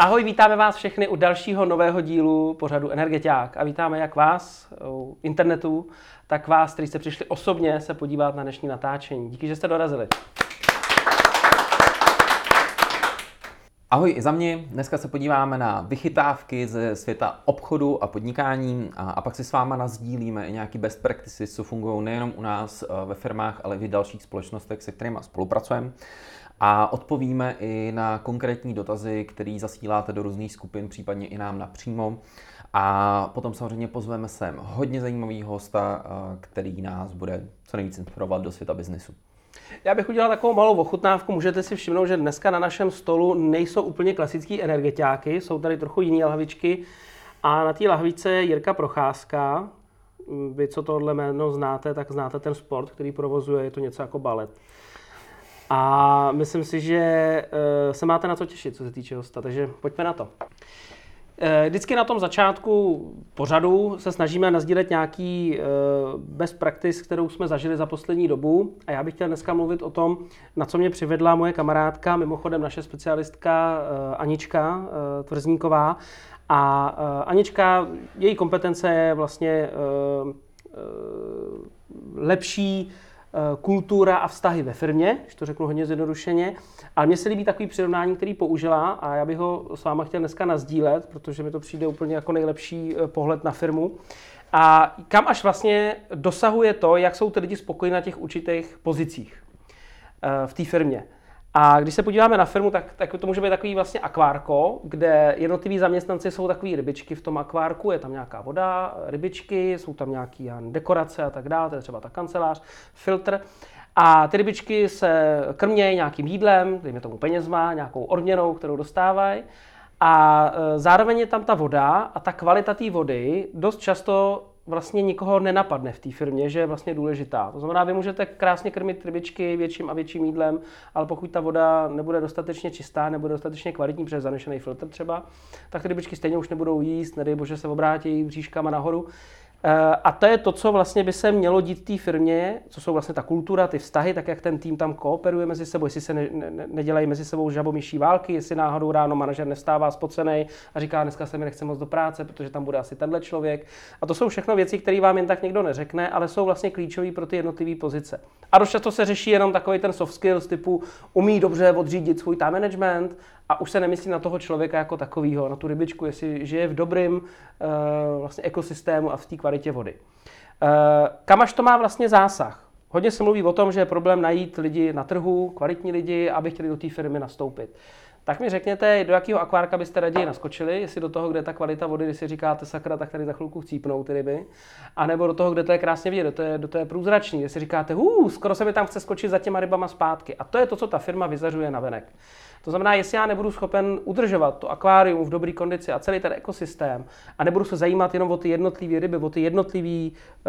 Ahoj, vítáme vás všechny u dalšího nového dílu pořadu Energetiák a vítáme jak vás u internetu, tak vás, kteří jste přišli osobně se podívat na dnešní natáčení. Díky, že jste dorazili. Ahoj i za mě. Dneska se podíváme na vychytávky ze světa obchodu a podnikání a pak si s váma nasdílíme i nějaký best practices, co fungují nejenom u nás ve firmách, ale i v dalších společnostech, se kterými spolupracujeme. A odpovíme i na konkrétní dotazy, které zasíláte do různých skupin, případně i nám napřímo. A potom samozřejmě pozveme sem hodně zajímavého hosta, který nás bude co nejvíc inspirovat do světa biznesu. Já bych udělal takovou malou ochutnávku. Můžete si všimnout, že dneska na našem stolu nejsou úplně klasický energetiáky, jsou tady trochu jiné lahvičky. A na té lahvičce je Jirka Procházka. Vy, co tohle jméno znáte, tak znáte ten sport, který provozuje, je to něco jako balet. A myslím si, že se máte na co těšit, co se týče hosta, takže pojďme na to. Vždycky na tom začátku pořadu se snažíme nasdílet nějaký best practice, kterou jsme zažili za poslední dobu. A já bych chtěl dneska mluvit o tom, na co mě přivedla moje kamarádka, mimochodem naše specialistka Anička Tvrzníková. A Anička, její kompetence je vlastně lepší kultura a vztahy ve firmě, když to řeknu hodně zjednodušeně. Ale mně se líbí takový přirovnání, který použila a já bych ho s váma chtěl dneska nasdílet, protože mi to přijde úplně jako nejlepší pohled na firmu. A kam až vlastně dosahuje to, jak jsou ty lidi spokojení na těch určitých pozicích v té firmě. A když se podíváme na firmu, tak to může být takový vlastně akvárko, kde jednotliví zaměstnanci jsou takový rybičky v tom akvárku, je tam nějaká voda, rybičky, jsou tam nějaký dekorace a tak dále, to je třeba ta kancelář, filtr. A ty rybičky se krmějí nějakým jídlem, dejme tomu penězma, nějakou odměnou, kterou dostávají. A zároveň je tam ta voda a ta kvalita té vody dost často vlastně nikoho nenapadne v té firmě, že je vlastně důležitá. To znamená, vy můžete krásně krmit rybičky větším a větším jídlem, ale pokud ta voda nebude dostatečně čistá, nebude dostatečně kvalitní, protože zanešený filtr třeba, tak ty rybičky stejně už nebudou jíst, nedej bože se obrátí bříškama nahoru. A to je to, co vlastně by se mělo dít v té firmě, co jsou vlastně ta kultura, ty vztahy, tak jak ten tým tam kooperuje mezi sebou, jestli se nedělají mezi sebou žabomyší války, jestli náhodou ráno manažer nevstává spocenej a říká, dneska se mi nechce moc do práce, protože tam bude asi tenhle člověk. A to jsou všechno věci, které vám jen tak někdo neřekne, ale jsou vlastně klíčové pro ty jednotlivé pozice. A dost často se řeší jenom takový ten soft skills typu umí dobře odřídit svůj time management a už se nemyslí na toho člověka jako takového, na tu rybičku, jestli žije v dobrým vlastně ekosystému a v té kvalitě vody. Kam až to má vlastně zásah? Hodně se mluví o tom, že je problém najít lidi na trhu, kvalitní lidi, aby chtěli do té firmy nastoupit. Tak mi řekněte, do jakého akvárka byste raději naskočili, jestli do toho, kde je ta kvalita vody, když si říkáte sakra, tak tady za chvilku chcípnou ty ryby, anebo do toho, kde to je krásně vidět, do toho je průzračný, kde si říkáte, skoro se mi tam chce skočit za těma rybama zpátky. A to je to, co ta firma vyzařuje navenek. To znamená, jestli já nebudu schopen udržovat to akvárium v dobré kondici a celý ten ekosystém a nebudu se zajímat jenom o ty jednotlivé ryby, o ty jednotlivé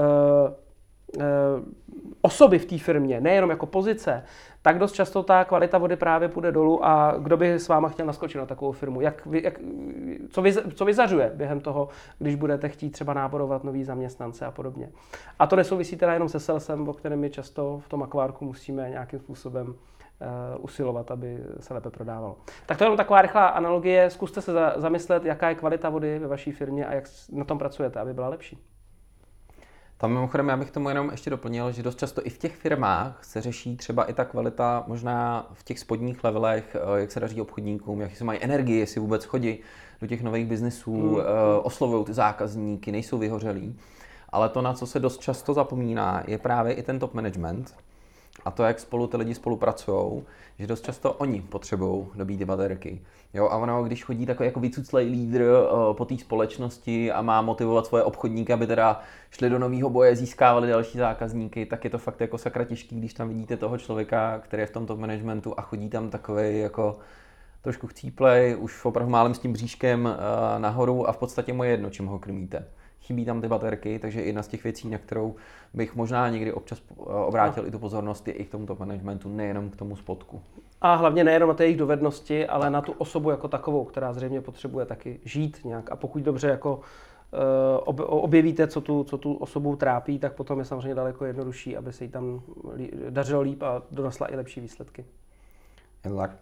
osoby v té firmě, nejenom jako pozice, tak dost často ta kvalita vody právě půjde dolů a kdo by s váma chtěl naskočit na takovou firmu? Co vyzařuje během toho, když budete chtít třeba náborovat nový zaměstnance a podobně. A to nesouvisí teda jenom se salesem, o kterém my často v tom akvárku musíme nějakým způsobem usilovat, aby se lépe prodávalo. Tak to je jenom taková rychlá analogie. Zkuste se zamyslet, jaká je kvalita vody ve vaší firmě a jak na tom pracujete, aby byla lepší. Tam mimochodem já bych tomu jenom ještě doplnil, že dost často i v těch firmách se řeší třeba i ta kvalita možná v těch spodních levelech, jak se daří obchodníkům, jak se mají energii, jestli vůbec chodí do těch nových biznesů, oslovují ty zákazníky, nejsou vyhořelí. Ale to, na co se dost často zapomíná, je právě i ten top management a to, jak spolu ty lidi spolupracují, že dost často oni potřebují dobít ty baterky. Jo, a ono, když chodí takový jako vycuclej lídr po té společnosti a má motivovat svoje obchodníky, aby teda šli do nového boje, získávali další zákazníky, tak je to fakt jako sakra těžký, když tam vidíte toho člověka, který je v tom top managementu a chodí tam takovej jako trošku chcíplej, už opravdu málem s tím bříškem nahoru a v podstatě mu je jedno, čím ho krmíte. Chybí tam ty baterky, takže jedna z těch věcí, na kterou bych možná někdy občas obrátil i tu pozornost, je i k tomu top managementu, nejenom k tomu spodku. A hlavně nejenom na té jejich dovednosti, ale na tu osobu jako takovou, která zřejmě potřebuje taky žít nějak. A pokud dobře jako objevíte, co tu osobu trápí, tak potom je samozřejmě daleko jednodušší, aby se jí tam dařilo líp a donesla i lepší výsledky. Je to tak.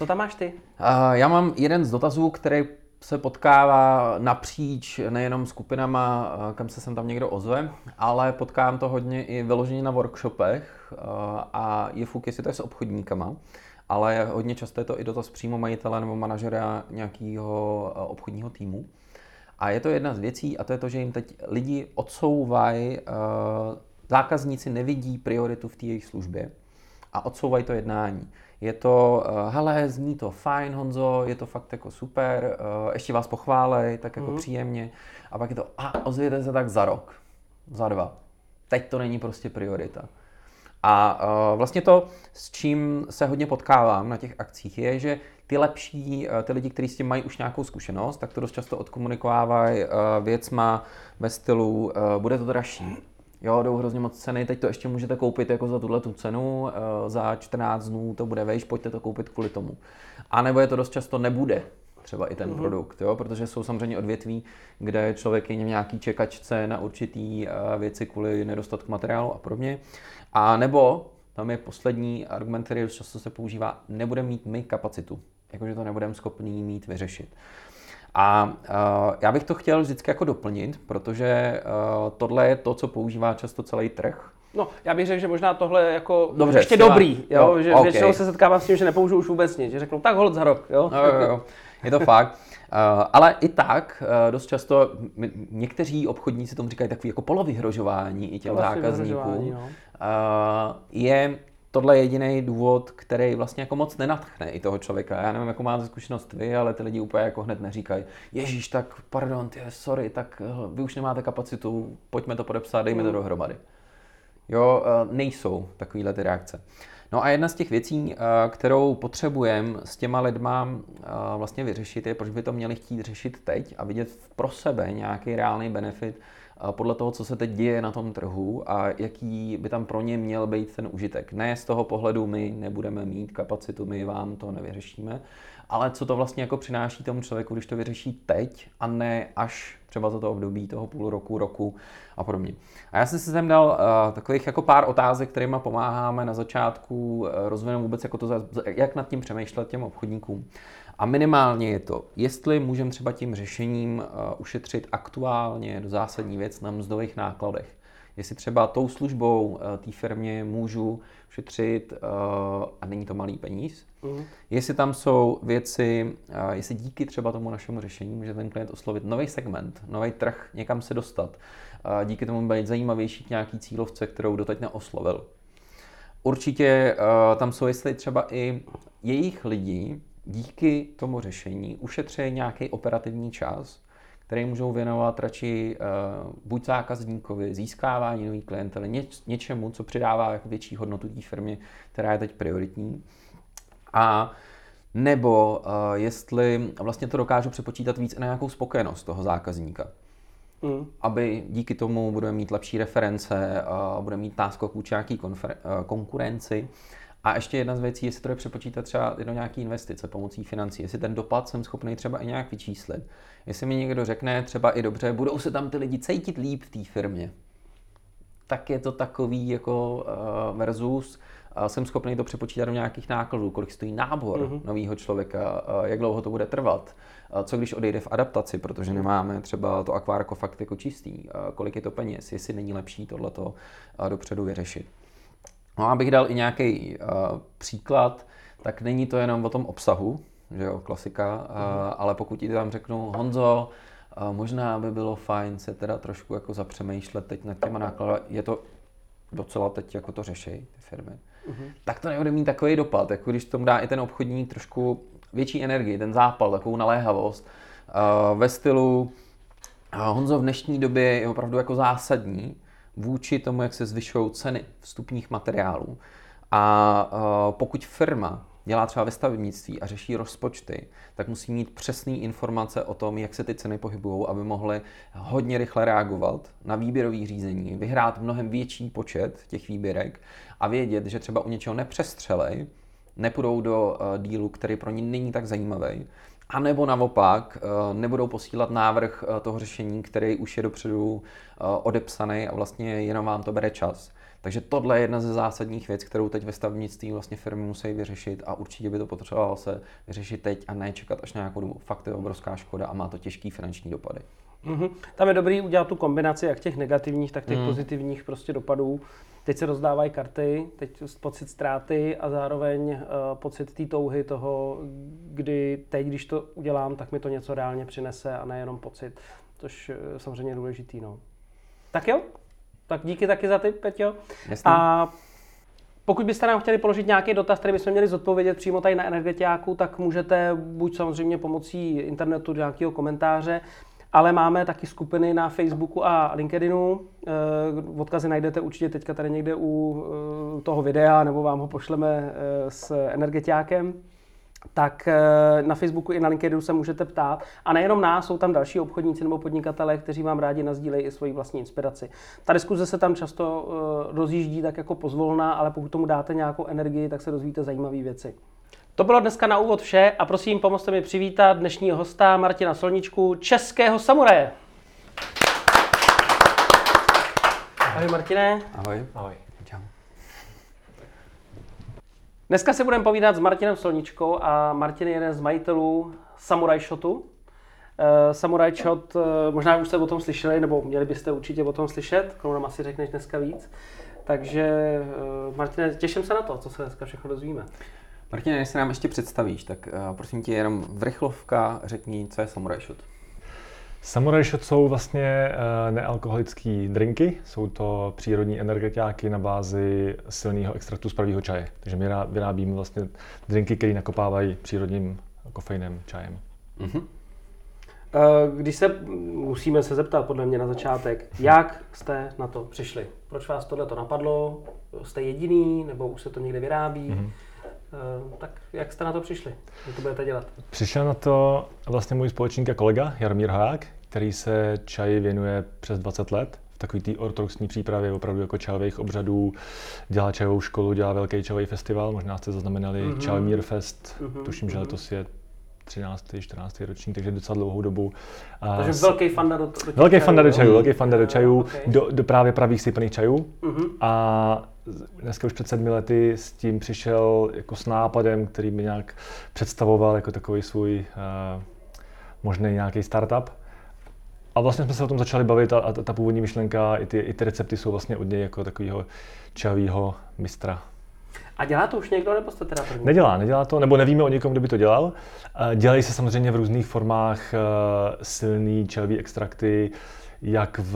Co tam máš ty? Já mám jeden z dotazů, který se potkává napříč nejenom skupinama, kam se sem tam někdo ozve, ale potkávám to hodně i vyloženě na workshopech a je fuk, jestli to je s obchodníkama, ale hodně často je to i dotaz přímo majitele nebo manažera nějakého obchodního týmu. A je to jedna z věcí a to je to, že jim teď lidi odsouvají, zákazníci nevidí prioritu v té jejich službě a odsouvají to jednání. Je to, hele, zní to fajn, Honzo, je to fakt jako super, ještě vás pochválej, tak jako příjemně. A pak je to, ozvěte se tak za rok, za 2. Teď to není prostě priorita. A vlastně to, s čím se hodně potkávám na těch akcích, je, že ty lepší, ty lidi, kteří s tím mají už nějakou zkušenost, tak to dost často odkomunikovávají věcma ve stylu, bude to dražší. Jo, jdou hrozně moc ceny, teď to ještě můžete koupit jako za tu cenu, za 14 dnů to bude vejš, pojďte to koupit kvůli tomu. A nebo je to dost často nebude třeba i ten produkt, jo, protože jsou samozřejmě odvětví, kde člověk je v nějaký čekačce na určitý věci kvůli nedostatku materiálu a podobně. A nebo tam je poslední argument, který dost často se používá, nebude mít my kapacitu, jakože to nebudeme schopný mít vyřešit. A já bych to chtěl vždycky jako doplnit, protože tohle je to, co používá často celý trh. No, já bych řekl, že možná tohle je jako dobře, ještě dobrý, jo? No, Že okay. Většinou se setkávám s tím, že nepoužiju už vůbec nic, že řeknou tak holt za rok, jo? Jo. Je to fakt. Ale i tak dost často někteří obchodníci tomu říkají takový jako polovyhrožování i těm zákazníkům. No. Je tohle jediný důvod, který vlastně jako moc nenadchne i toho člověka. Já nevím, jakou máte zkušenost vy, ale ty lidi úplně jako hned neříkají, ježíš, tak pardon, sorry, tak vy už nemáte kapacitu, pojďme to podepsat, dejme to dohromady. Jo, nejsou takovýhle ty reakce. No a jedna z těch věcí, kterou potřebujeme s těma lidma vlastně vyřešit, je, proč by to měli chtít řešit teď a vidět pro sebe nějaký reálný benefit podle toho, co se teď děje na tom trhu a jaký by tam pro ně měl být ten užitek. Ne z toho pohledu, my nebudeme mít kapacitu, my vám to nevyřešíme, ale co to vlastně jako přináší tomu člověku, když to vyřeší teď a ne až třeba za to období toho půl roku a podobně. A já jsem si sem dal takových jako pár otázek, kterými pomáháme na začátku rozvinout vůbec jako to, jak nad tím přemýšlet těm obchodníkům. A minimálně je to, jestli můžeme třeba tím řešením ušetřit aktuálně zásadní věc na mzdových nákladech. Jestli třeba tou službou té firmě můžu ušetřit, a není to malý peníz, jestli tam jsou věci, jestli díky třeba tomu našemu řešení může ten klient oslovit nový segment, nový trh, někam se dostat, díky tomu být zajímavější k nějaký cílovce, kterou doteď neoslovil. Určitě tam jsou, jestli třeba i jejich lidi díky tomu řešení ušetří nějaký operativní čas, který můžou věnovat radši buď zákazníkovi, získávání nových klientely, něčemu, co přidává jako větší hodnotu té firmě, která je teď prioritní. A nebo jestli vlastně to dokážu přepočítat víc na nějakou spokojenost toho zákazníka. Aby díky tomu budeme mít lepší reference, budeme mít náskok vůči nějaký konkurenci. A ještě jedna z věcí, jestli to je přepočítat třeba do nějaký investice pomocí financí, jestli ten dopad jsem schopný třeba i nějak vyčíslit. Jestli mi někdo řekne třeba i dobře, budou se tam ty lidi cítit líp v té firmě, tak je to takový jako versus jsem schopný to přepočítat do nějakých nákladů, kolik stojí nábor nového člověka, jak dlouho to bude trvat, co když odejde v adaptaci, protože nemáme třeba to akvárko fakt jako čistý, kolik je to peněz, jestli není lepší tohleto dopředu vyřešit. No, abych dal i nějaký příklad, tak není to jenom o tom obsahu, že jo, klasika, ale pokud ti tam řeknu, Honzo, možná by bylo fajn se teda trošku jako zapřemýšlet teď nad těma náklady, je to docela teď jako to řeší ty firmy, tak to nebude mít takový dopad, jako když tomu dá i ten obchodník trošku větší energii, ten zápal, takovou naléhavost, ve stylu, Honzo, v dnešní době je opravdu jako zásadní, vůči tomu, jak se zvyšují ceny vstupních materiálů. A pokud firma dělá třeba ve stavebnictví a řeší rozpočty, tak musí mít přesné informace o tom, jak se ty ceny pohybují, aby mohly hodně rychle reagovat na výběrové řízení, vyhrát mnohem větší počet těch výběrek a vědět, že třeba u něčeho nepřestřelej, nepůjdou do dílu, který pro ně není tak zajímavý, a nebo naopak nebudou posílat návrh toho řešení, který už je dopředu odepsaný a vlastně jenom vám to bere čas. Takže tohle je jedna ze zásadních věcí, kterou teď ve stavebnictví vlastně firmy musí vyřešit a určitě by to potřebovalo se vyřešit teď a ne čekat až na nějakou dobu. Fakt je obrovská škoda a má to těžký finanční dopady. Tam je dobrý udělat tu kombinaci jak těch negativních, tak těch pozitivních prostě dopadů. Teď se rozdávají karty, teď pocit ztráty a zároveň pocit té touhy toho, kdy teď, když to udělám, tak mi to něco reálně přinese a nejenom pocit, což je samozřejmě důležitý. No. Tak jo, tak díky taky za tip, Peťo. Jasně. A pokud byste nám chtěli položit nějaký dotaz, který bychom měli zodpovědět přímo tady na Energetiáku, tak můžete buď samozřejmě pomocí internetu do nějakého komentáře, ale máme taky skupiny na Facebooku a LinkedInu. Odkazy najdete určitě teďka tady někde u toho videa, nebo vám ho pošleme s Energetiákem. Tak na Facebooku i na LinkedInu se můžete ptát. A nejenom nás, jsou tam další obchodníci nebo podnikatelé, kteří vám rádi nasdílejí i svoji vlastní inspiraci. Ta diskuze se tam často rozjíždí tak jako pozvolná, ale pokud tomu dáte nějakou energii, tak se dozvíte zajímavé věci. To bylo dneska na úvod vše a prosím, pomozte mi přivítat dnešního hosta Martina Solničku, českého samuraje. Ahoj Martine. Ahoj. Ahoj. Čau. Dneska si budeme povídat s Martinem Solničkou a Martin je jeden z majitelů Samurai Shotu. Samurai Shot, možná už jste o tom slyšeli, nebo měli byste určitě o tom slyšet, komu nám asi řekneš dneska víc. Takže Martine, těším se na to, co se dneska všechno dozvíme. Martine, než se nám ještě představíš, tak prosím tě jenom v rychlovka řekni, co je Samurai Shot. Samurai Shot jsou vlastně nealkoholické drinky, jsou to přírodní energetiáky na bázi silného extraktu z pravýho čaje. Takže my vyrábíme vlastně drinky, které nakopávají přírodním kofeinem čajem. Mm-hmm. Když musíme se zeptat podle mě na začátek, jak jste na to přišli? Proč vás tohleto napadlo? Jste jediný, nebo už se to někde vyrábí? Mm-hmm. Tak jak jste na to přišli? Jak to budete dělat? Přišel na to vlastně můj společník a kolega Jaromír Hoják, který se čaji věnuje přes 20 let. V takový té ortodoxní přípravě opravdu jako čajových obřadů, dělá čajovou školu, dělá velký čajový festival, možná jste zaznamenali Čajomír Fest, tuším, že letos je 13. 14. ročník, takže docela dlouhou dobu. Takže velký fanda do čajů. Velký fanda do čajů, okay. do právě pravých sypaných čajů. A dneska už před 7 lety s tím přišel jako s nápadem, který mi nějak představoval jako takový svůj možný nějaký startup. A vlastně jsme se o tom začali bavit a ta původní myšlenka, i ty recepty jsou vlastně od něj jako takového čajového mistra. A dělá to už někdo, nebo jste teda první? Nedělá to, nebo nevíme o někom, kdo by to dělal. Dělají se samozřejmě v různých formách silný čajový extrakty, jak v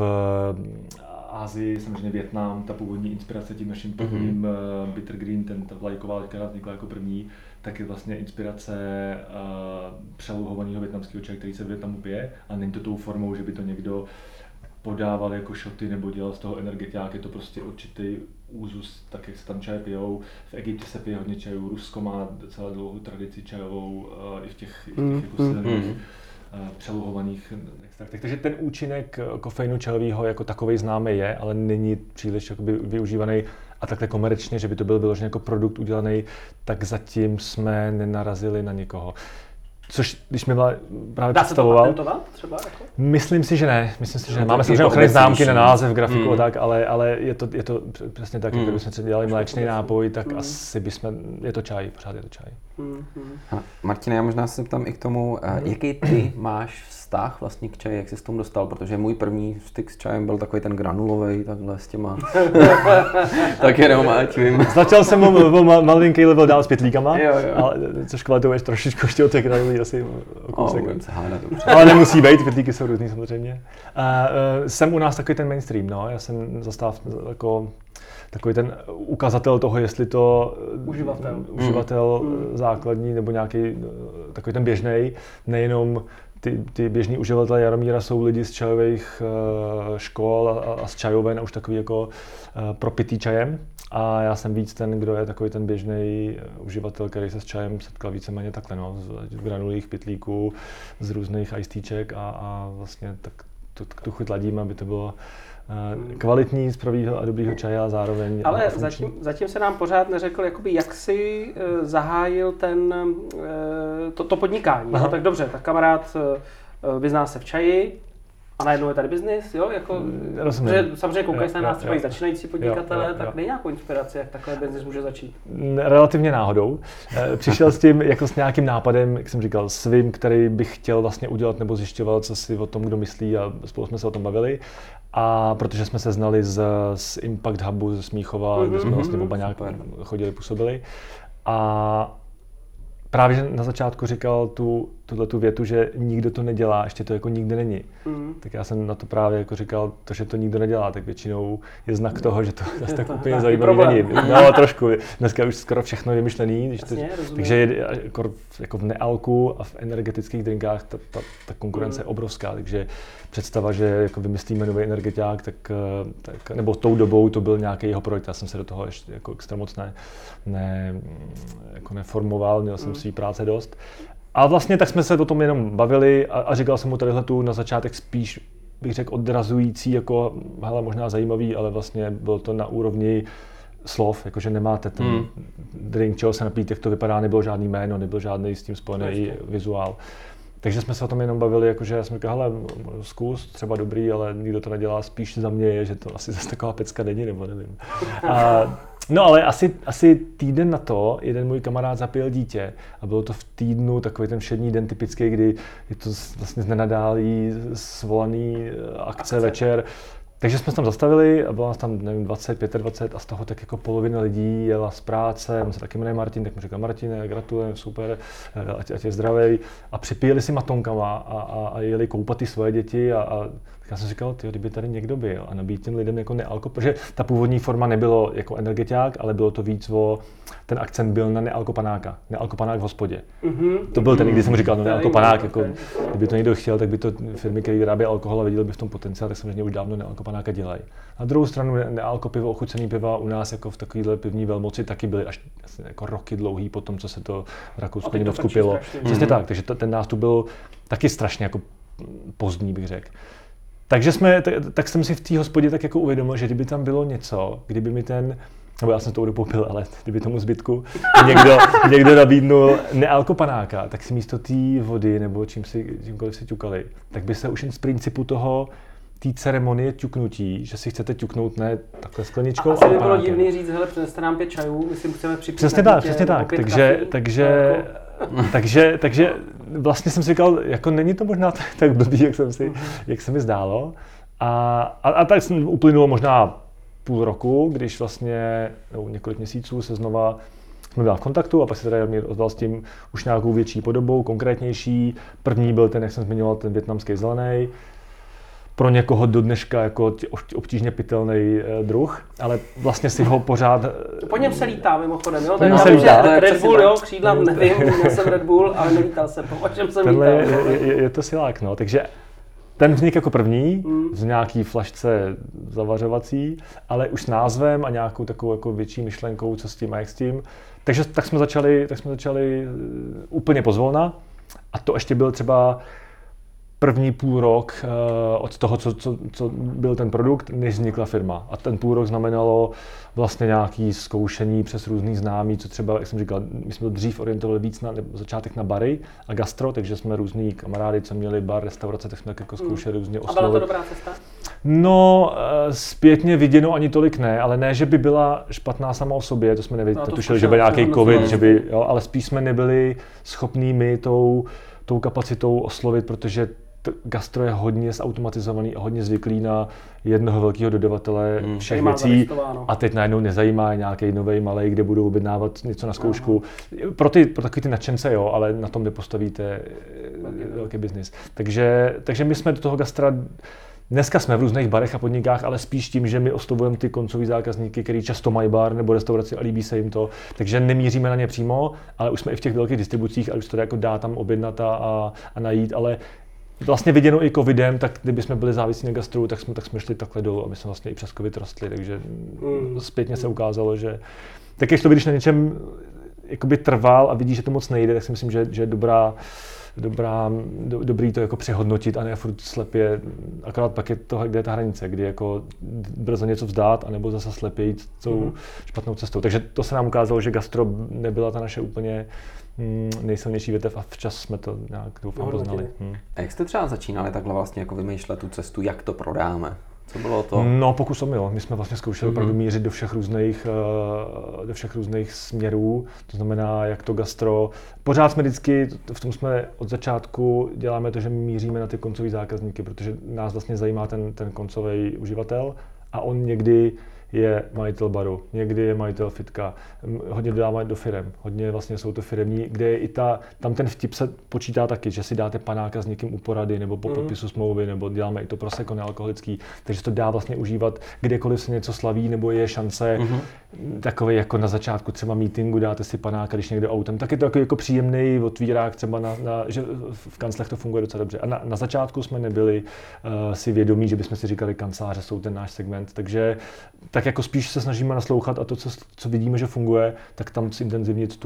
Asii, samozřejmě Vietnam, ta původní inspirace tím naším původním Bitter Green, ta vlajková, která vznikla jako první, tak je vlastně inspirace přelouhovaného vietnamského čaje, který se v Vietnamu pije, a není to tou formou, že by to někdo podával jako šoty nebo dělal z toho energetiák, je to prostě určitý úzus, tak jak se tam čaje pijou. V Egyptě se pije hodně čajů, Rusko má docela dlouhou tradici čajovou i v těch jako silných přeluhovaných extraktech. Takže ten účinek kofeinu čajového jako takovej známý je, ale není příliš jakoby využívaný a takhle komerčně, že by to byl vyložený jako produkt udělaný, tak zatím jsme nenarazili na nikoho. Což, když mi právě představoval... Dá se to patentovat třeba? Jako? Myslím si, že ne. Máme samozřejmě ochranné známky na název, grafiku a tak, ale je to přesně tak, jako kdybychom třeba dělali mléčný nápoj, tak asi je to čaj, pořád je to čaj. Martine, já možná se zeptám i k tomu, jaký ty máš vztah vlastně k čaji, jak jsi s tomu dostal, protože můj první styk s čajem byl takový ten granulový, takhle s těma, tak jenom ať vím. Začal jsem malinký level dál s pytlíkama, což kvalituješ trošičku ještě od těch granulí asi o kousek. Ale nemusí být, pytlíky jsou různý samozřejmě. Jsem u nás takový ten mainstream, no, já jsem zastal jako takový ten ukazatel toho, jestli to uživatel základní nebo nějaký takový ten běžnej, nejenom ty běžní uživatelé Jaromíra jsou lidi z čajových škol a z čajoven a už takový jako propitý čajem. A já jsem víc ten, kdo je takový ten běžný uživatel, který se s čajem setkal víceméně takhle, no, z granulích, pytlíků, z různých iced a vlastně tak tu chuť ladím, aby to bylo kvalitní, z pravýho a dobrýho čaje a zároveň... Ale zatím se nám pořád neřekl, jakoby, jak jsi zahájil to podnikání. No, tak dobře, tak kamarád vyzná se v čaji, A najednou je tady biznis, jo? Jako, že samozřejmě koukají se na nás třeba i začínající podnikatelé, tak dej nějakou inspiraci, jak takový biznis může začít. Relativně náhodou. Přišel s tím jako s nějakým nápadem, jak jsem říkal, svým, který bych chtěl vlastně udělat nebo zjišťoval, co si o tom kdo myslí a spolu jsme se o tom bavili. A protože jsme se znali z Impact Hubu ze Smíchova, kde jsme vlastně oba nějak chodili, působili. A právě na začátku říkal tuhletu větu, že nikdo to nedělá, ještě to jako nikdy není. Tak já jsem na to právě jako říkal, to, že to nikdo nedělá, tak většinou je znak toho, že to zase tak úplně zajímavý není. No trošku, dneska už skoro všechno je vymyšlený, takže jako v nealku a v energetických drinkách ta konkurence je obrovská, takže představa, že jako vymyslíme nový energetiák, tak nebo tou dobou to byl nějaký jeho projekt, já jsem se do toho ještě jako extra moc neformoval, měl jsem svý práce dost. A vlastně tak jsme se o tom jenom bavili a říkal jsem mu tadyhletu na začátek spíš, bych řekl, odrazující, jako hele, možná zajímavý, ale vlastně bylo to na úrovni slov, jakože nemáte ten drink, čeho se napít, jak to vypadá, nebylo žádný jméno, nebyl žádný s tím spojený vizuál. Takže jsme se o tom jenom bavili, jakože já jsem říkal, hele, zkus, třeba dobrý, ale nikdo to nedělá, spíš za mě je, že to asi zase taková pecka není, nebo nevím. No ale asi týden na to jeden můj kamarád zapil dítě a bylo to v týdnu takový ten všední den typický, kdy je to vlastně z nenadálí svolaný akce večer. Takže jsme se tam zastavili a bylo nás tam, nevím, 25 a z toho tak jako polovina lidí jela z práce, on se taky jmenuje Martin, tak mu říkal Martine, gratulujem, super, ať je zdravej. A připíjeli si matonkama a jeli koupat ty svoje děti a tak já jsem říkal, tyjo, kdyby tady někdo byl a nabít těm lidem jako nealko, protože ta původní forma nebylo jako energetiák, ale bylo to víc ten akcent byl na nealkopanáka, nealkopanák v hospodě. To byl ten, když jsem mu říkal, no nealkopanák, jako kdyby to někdo chtěl, tak by to firmy, které vyrábí alkohol a viděli by v tom potenciál, tak samozřejmě už dávno nealkopanáka dělají. Na druhou stranu nealko pivo, ochucený piva u nás jako v takovéhle pivní velmoci taky byly až jako roky dlouhý po tom, co se to v Rakousku Německu pilo. Přesně tak, takže ten nástup byl taky strašně jako pozdní, bych řekl. Takže tak jsem si v té hospodě tak jako uvědomil, že kdyby tam bylo něco, kdyby mi nebo já jsem to udopopil, ale kdyby tomu zbytku někdo nabídnul nealkopanáka, tak si místo té vody nebo čímkoliv si ťukali, tak by se už jen z principu té ceremonie ťuknutí, že si chcete ťuknout ne takhle skleničkou. Asi by bylo divný říct, hele, přineste nám 5 čajů, my si chceme připít. Přesně tak. Takže vlastně jsem si říkal, jako není to možná tak blbý, jak se mi zdálo. A tak uplynulo možná půl roku, když vlastně několik měsíců se znova jsme byli v kontaktu a pak se tady ozval s tím už nějakou větší podobou, konkrétnější. První byl ten, jak jsem zmiňoval, ten vietnamský zelený. Pro někoho do dneška jako obtížně pitelný druh, ale vlastně si ho pořád... Po něm se lítá mimochodem, jo? Red Bull, jo, křídla, nevím, měl jsem Red Bull, ale nelítal jsem, po čem jsem lítal. Je to silák, no, takže ten vznik jako první, v nějaký flašce zavařovací, ale už s názvem a nějakou takovou jako větší myšlenkou, co s tím a jak s tím. Takže tak jsme začali úplně pozvolna a to ještě byl třeba první půl rok od toho, co byl ten produkt, než vznikla firma. A ten půl rok znamenalo vlastně nějaké zkoušení přes různý známí, co třeba, jak jsem říkal, my jsme to dřív orientovali víc na začátek na bary a gastro, takže jsme různý kamarády, co měli bar, restaurace, tak jsme tak jako zkoušeli různě oslovit. A byla to dobrá cesta? No, zpětně viděno ani tolik ne, ale ne, že by byla špatná sama o sobě, to jsme netušili, že by nějaký covid, že by, jo, ale spíš jsme nebyli schopní my tou kapacitou oslovit, protože gastro je hodně zautomatizovaný a hodně zvyklý na jednoho velkého dodavatele všech věcí a teď najednou nezajímá nějaký novej malej, kde budou objednávat něco na zkoušku. Pro takový ty nadšence jo, ale na tom nepostavíte velký biznis. Takže my jsme do toho gastra, dneska jsme v různých barech a podnikách, ale spíš tím, že my oslovujeme ty koncový zákazníky, kteří často mají bar nebo restauraci a líbí se jim to, takže nemíříme na ně přímo, ale už jsme i v těch velkých distribucích a už to jako dá tam objednat a najít, ale vlastně viděno i covidem, tak kdyby jsme byli závislí na gastru, tak jsme šli takhle dolů a my jsme vlastně i přes covid rostli, takže zpětně se ukázalo, že tak když na něčem jakoby trval a vidí, že to moc nejde, tak si myslím, že je dobrá dobrý to jako přehodnotit a ne furt slepě, akorát pak je to, kde je ta hranice, kdy jako brzo něco vzdát, anebo zase slepě jít tou špatnou cestou. Takže to se nám ukázalo, že gastro nebyla ta naše úplně nejsilnější větev a včas jsme to nějak doufám poznali. A jak jste třeba začínali takhle vlastně jako vymýšlet tu cestu, jak to prodáme? Co bylo to? No, pokus omyl. My jsme vlastně zkoušeli opravdu mířit do všech různých směrů. To znamená, jak to gastro. Pořád jsme vždycky, v tom jsme od začátku děláme to, že míříme na ty koncový zákazníky, protože nás vlastně zajímá ten koncový uživatel a on někdy je majitel baru, někdy je majitel fitka, hodně dodáváme do firem, hodně vlastně jsou to firemní, kde je i tam ten vtip se počítá taky, že si dáte panáka s někým u porady nebo po podpisu smlouvy, nebo děláme i to prosecco nealkoholický, takže to dá vlastně užívat kdekoliv se něco slaví, nebo je šance takový jako na začátku třeba meetingu dáte si panáka, když někde autem, tak je to jako příjemný otvírák třeba že v kanclech to funguje docela dobře. A na začátku jsme nebyli si vědomí, že bychom si říkali, kanceláře jsou ten náš segment, takže tak jako spíš se snažíme naslouchat a to, co vidíme, že funguje, tak tam zintenzivnit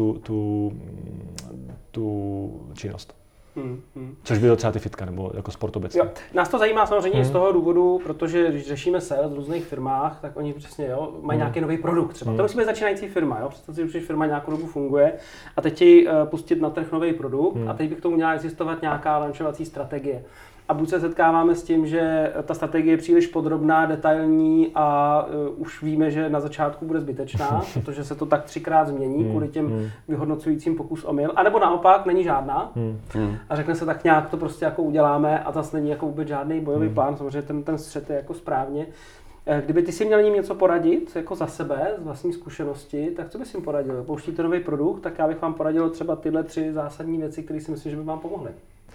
tu činnost. Což bylo třeba ty fitka nebo jako sport obecně. Nás to zajímá samozřejmě z toho důvodu, protože když řešíme sales v různých firmách, tak oni přesně mají nějaký nový produkt třeba. To musí být začínající firma, představ si, že firma nějakou dobu funguje a teď chtějí pustit na trh nový produkt a teď by k tomu měla existovat nějaká launchovací strategie. A buď se setkáváme s tím, že ta strategie je příliš podrobná, detailní a už víme, že na začátku bude zbytečná, protože se to tak 3krát změní kvůli těm vyhodnocujícím pokus omyl, anebo naopak není žádná a řekne se tak nějak to prostě jako uděláme a zase není jako vůbec žádný bojový plán, samozřejmě ten střet je jako správně. Kdyby ty si měl jim něco poradit jako za sebe, z vlastní zkušenosti, tak co bys jim poradil? Pouštíte nový produkt, tak já bych vám poradil třeba tyhle 3 zásadní věci, které si myslím, že by vám pomohly.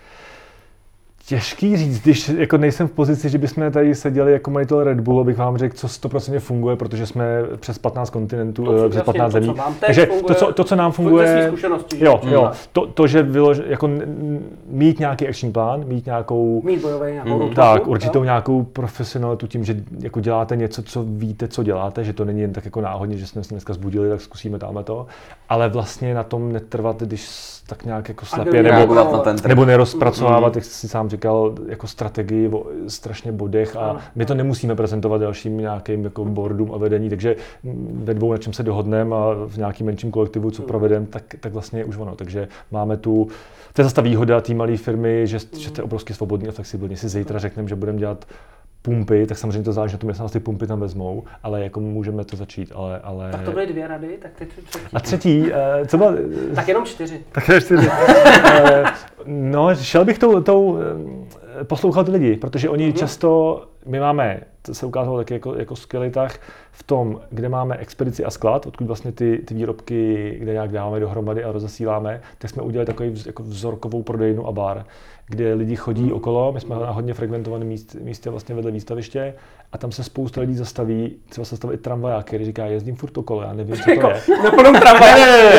Těžký říct, když jako nejsem v pozici, že bychom tady seděli jako majitel Red Bull, abych vám řekl, co 100% funguje, protože jsme přes 15 kontinentů, přes 15 zemí. Takže to, co nám funguje, to, že jako mít nějaký action plán, mít nějakou tak, určitou nějakou profesionalitu tím, že jako děláte něco, co víte, co děláte, že to není jen tak jako náhodně, že jsme se dneska zbudili, tak zkusíme tamhle to, ale vlastně na tom netrvat, když tak nějak jako slepě nebo nerozpracovávat, jak jsi sám říkal, jako strategii o strašně bodech a my to nemusíme prezentovat dalším nějakým jako boardům a vedení, takže ve 2, na čem se dohodneme a v nějakým menším kolektivu, co provedeme, tak vlastně je už ono. Takže máme to je zase ta výhoda té malé firmy, že to je obrovsky svobodný a flexibilní. Si zítra řekneme, že budeme dělat pumpy, tak samozřejmě to záleží na tom, jestli nás ty pumpy tam vezmou, ale jako můžeme to začít, ale... Tak to byly 2 rady, tak teď třetí. A třetí, co byla... Tak jenom 4. Tak jenom 4. No, šel bych poslouchal ty lidi, protože oni často, my máme, to se ukázalo taky jako skvělý tah, v tom, kde máme expedici a sklad, odkud vlastně ty výrobky, kde nějak dáváme dohromady a rozesíláme, tak jsme udělali takový jako vzorkovou prodejnu a bar, kde lidi chodí okolo, my jsme na hodně frekventovaném místě vlastně vedle výstaviště a tam se spousta lidí zastaví, třeba se zastaví tramvajáky, který říká, jezdím furt okolo, já nevím, co to je. Na plnou tramvaj.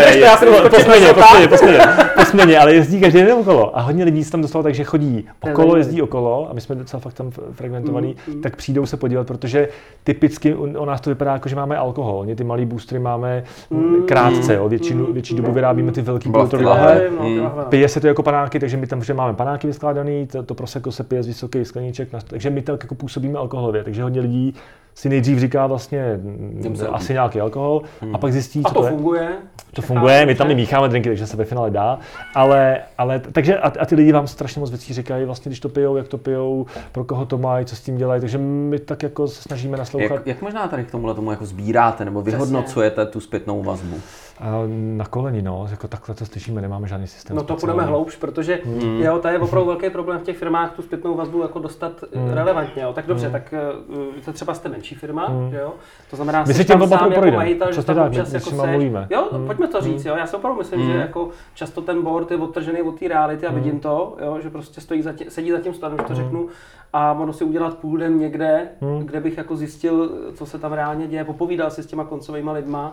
Posměně, ale jezdí každý den okolo a hodně lidí se tam dostalo tak, že chodí okolo, jezdí okolo a my jsme docela fakt tam frekventovaný, tak přijdou se podívat, protože typicky u nás to vypadá jako, že máme alkohol, oni ty malý boostery máme krátce, větší dobu vyrábíme ty velký půlitrový lahve, pije se to jako panáky, takže my tam že máme panáky vyskládaný, to prosecco se pije z vysokých skleníček, takže my tak jako působíme alkoholově, takže hodně lidí si nejdřív říká vlastně asi nějaký alkohol a pak zjistí, co to je. To funguje, my tam i mícháme drinky, takže se ve finále dá, ale takže a ty lidi vám strašně moc věcí říkají, vlastně když to pijou, jak to pijou, pro koho to mají, co s tím dělají, takže my tak jako se snažíme naslouchat. Jak možná tady k tomu jako sbíráte nebo vyhodnocujete tu zpětnou vazbu? Na koleni, jako takhle to slyšíme, nemáme žádný systém. No to půjdeme hloubš, protože to je opravdu velký problém v těch firmách tu zpětnou vazbu jako dostat relevantně. Tak dobře, tak to třeba jste menší firma, že jo? To znamená, my si tím sám jako majitel, že tam občas jako mluvíme. Jo, pojďme to říct, jo. Já si opravdu myslím, že jako často ten board je odtržený od té reality a vidím to, jo, že prostě sedí za tím stolem, že to řeknu, a mohu si udělat půl den někde, kde bych jako zjistil, co se tam reálně děje, popovídal si s těma koncovými lidma.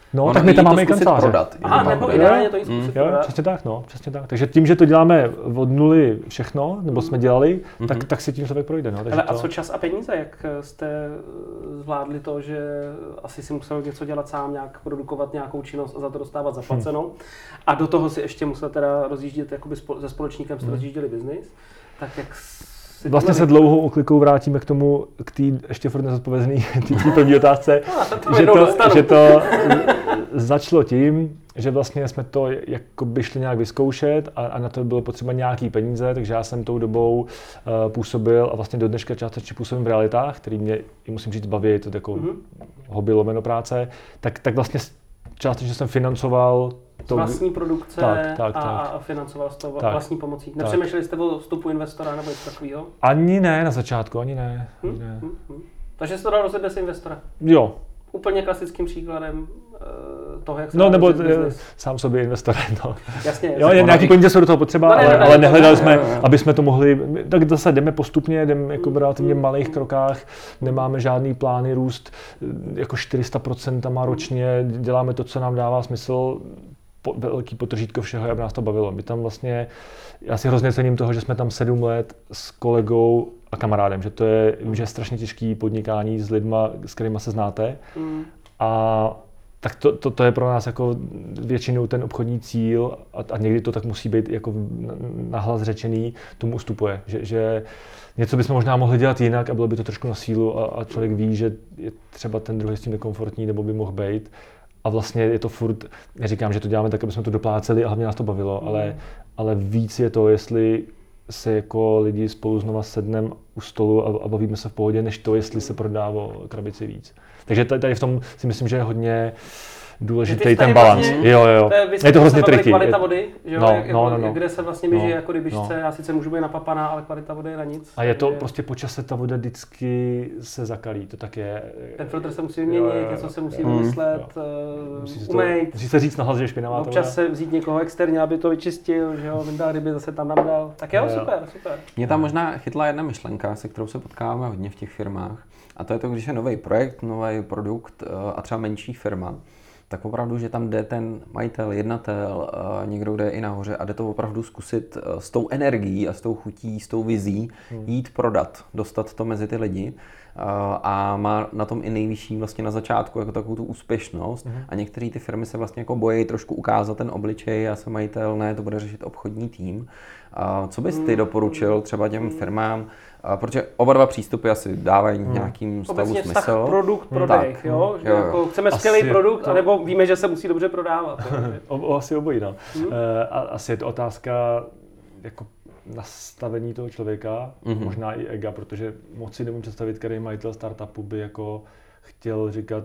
No, tak my tam máme i kanceláře. Prodat. Nebo ideálně to jít zkusit prodat. Jo, přesně tak, no, přesně tak. Takže tím, že to děláme od nuly všechno, nebo jsme dělali, tak si tím člověk projde. No. Ale a co čas a peníze? Jak jste zvládli to, že asi si musel něco dělat sám, nějak produkovat nějakou činnost a za to dostávat zaplacenou? A do toho si ještě musel teda rozjíždět, jakoby se společníkem jste rozjížděli biznis. Tak jak vlastně se dlouhou oklikou vrátíme k té ještě furt nezodpovězné první otázce, že to začalo tím, že vlastně jsme to jakoby šli nějak vyzkoušet a na to bylo potřeba nějaký peníze, takže já jsem tou dobou působil a vlastně do dneška částečně působím v realitách, který mě, musím říct, baví, to jako hobby lomeno práce, tak vlastně částečně jsem financoval vlastní produkce a financoval jste to vlastní pomocí. Nepřemýšleli jste o vstupu investora nebo něco takového? Ani ne na začátku, ani ne. Takže jste to dal rozjet bez investora? Jo. Úplně klasickým příkladem toho, jak se nebo sám sobě investor. No. Jasně. Jo, nějaký peníze jsou do toho potřeba, ale nehledali jsme, aby jsme to mohli, tak zase jdeme postupně, jdeme jako v relativně malých krokách, nemáme žádný plány růst jako 400% ročně, děláme to, co nám dává smysl, velký potržítko všeho, aby nás to bavilo. My tam vlastně, já si hrozně cením toho, že jsme tam 7 let s kolegou a kamarádem, že to je, vím, že je strašně těžký podnikání s lidma, s kterýma se znáte. A tak to je pro nás jako většinou ten obchodní cíl a někdy to tak musí být jako nahlas řečený, tomu ustupuje, že něco bychom možná mohli dělat jinak a bylo by to trošku na sílu a člověk ví, že je třeba ten druhý s tím nekomfortní nebo by mohl být. A vlastně je to furt, neříkám, že to děláme tak, aby jsme to dopláceli a hlavně nás to bavilo, ale víc je to, jestli se jako lidi spolu znova sedneme u stolu a bavíme se v pohodě, než to, jestli se prodá o krabici víc. Takže tady v tom si myslím, že je hodně důležitý ten balans. Jo. Je to hrozně triky. Kvalita vody, že jo? Kde se vlastně běží jako rybičce, já sice můžu být napapaná, ale kvalita vody je na nic. A je to prostě po čase ta voda vždycky se zakalí, to tak je. Ten filtr se musí vyměnit, něco se musí vymyslet, umýt. Musí se říct nahlas, že je špinavá ta voda. Občas se vzít někoho externě, aby to vyčistil, že jo, vyndal ryby, zase tam nadal. Tak jo, super. Mě tam možná chytla jedna myšlenka, se kterou se potkáváme hodně v těch firmách. A to je to, když je nový projekt, nový produkt a třeba menší firma, tak opravdu, že tam jde ten majitel, jednatel, někdo, kde je i nahoře a jde to opravdu zkusit s tou energií a s tou chutí, s tou vizí jít prodat, dostat to mezi ty lidi a má na tom i nejvyšší vlastně na začátku jako takovou tu úspěšnost a některé ty firmy se vlastně jako bojí trošku ukázat ten obličej, já jsem majitel, ne, to bude řešit obchodní tým. Co bys ty doporučil třeba těm firmám, protože oba dva přístupy asi dávají nějakým stavu obecně smysl. Vztah produkt, prodej, jo? Že jako chceme skvělý produkt, anebo víme, že se musí dobře prodávat. Asi obojí, no. Asi je to otázka jako nastavení toho člověka, možná i ega, protože moc si nemůžu představit, který majitel startupu by jako chtěl říkat,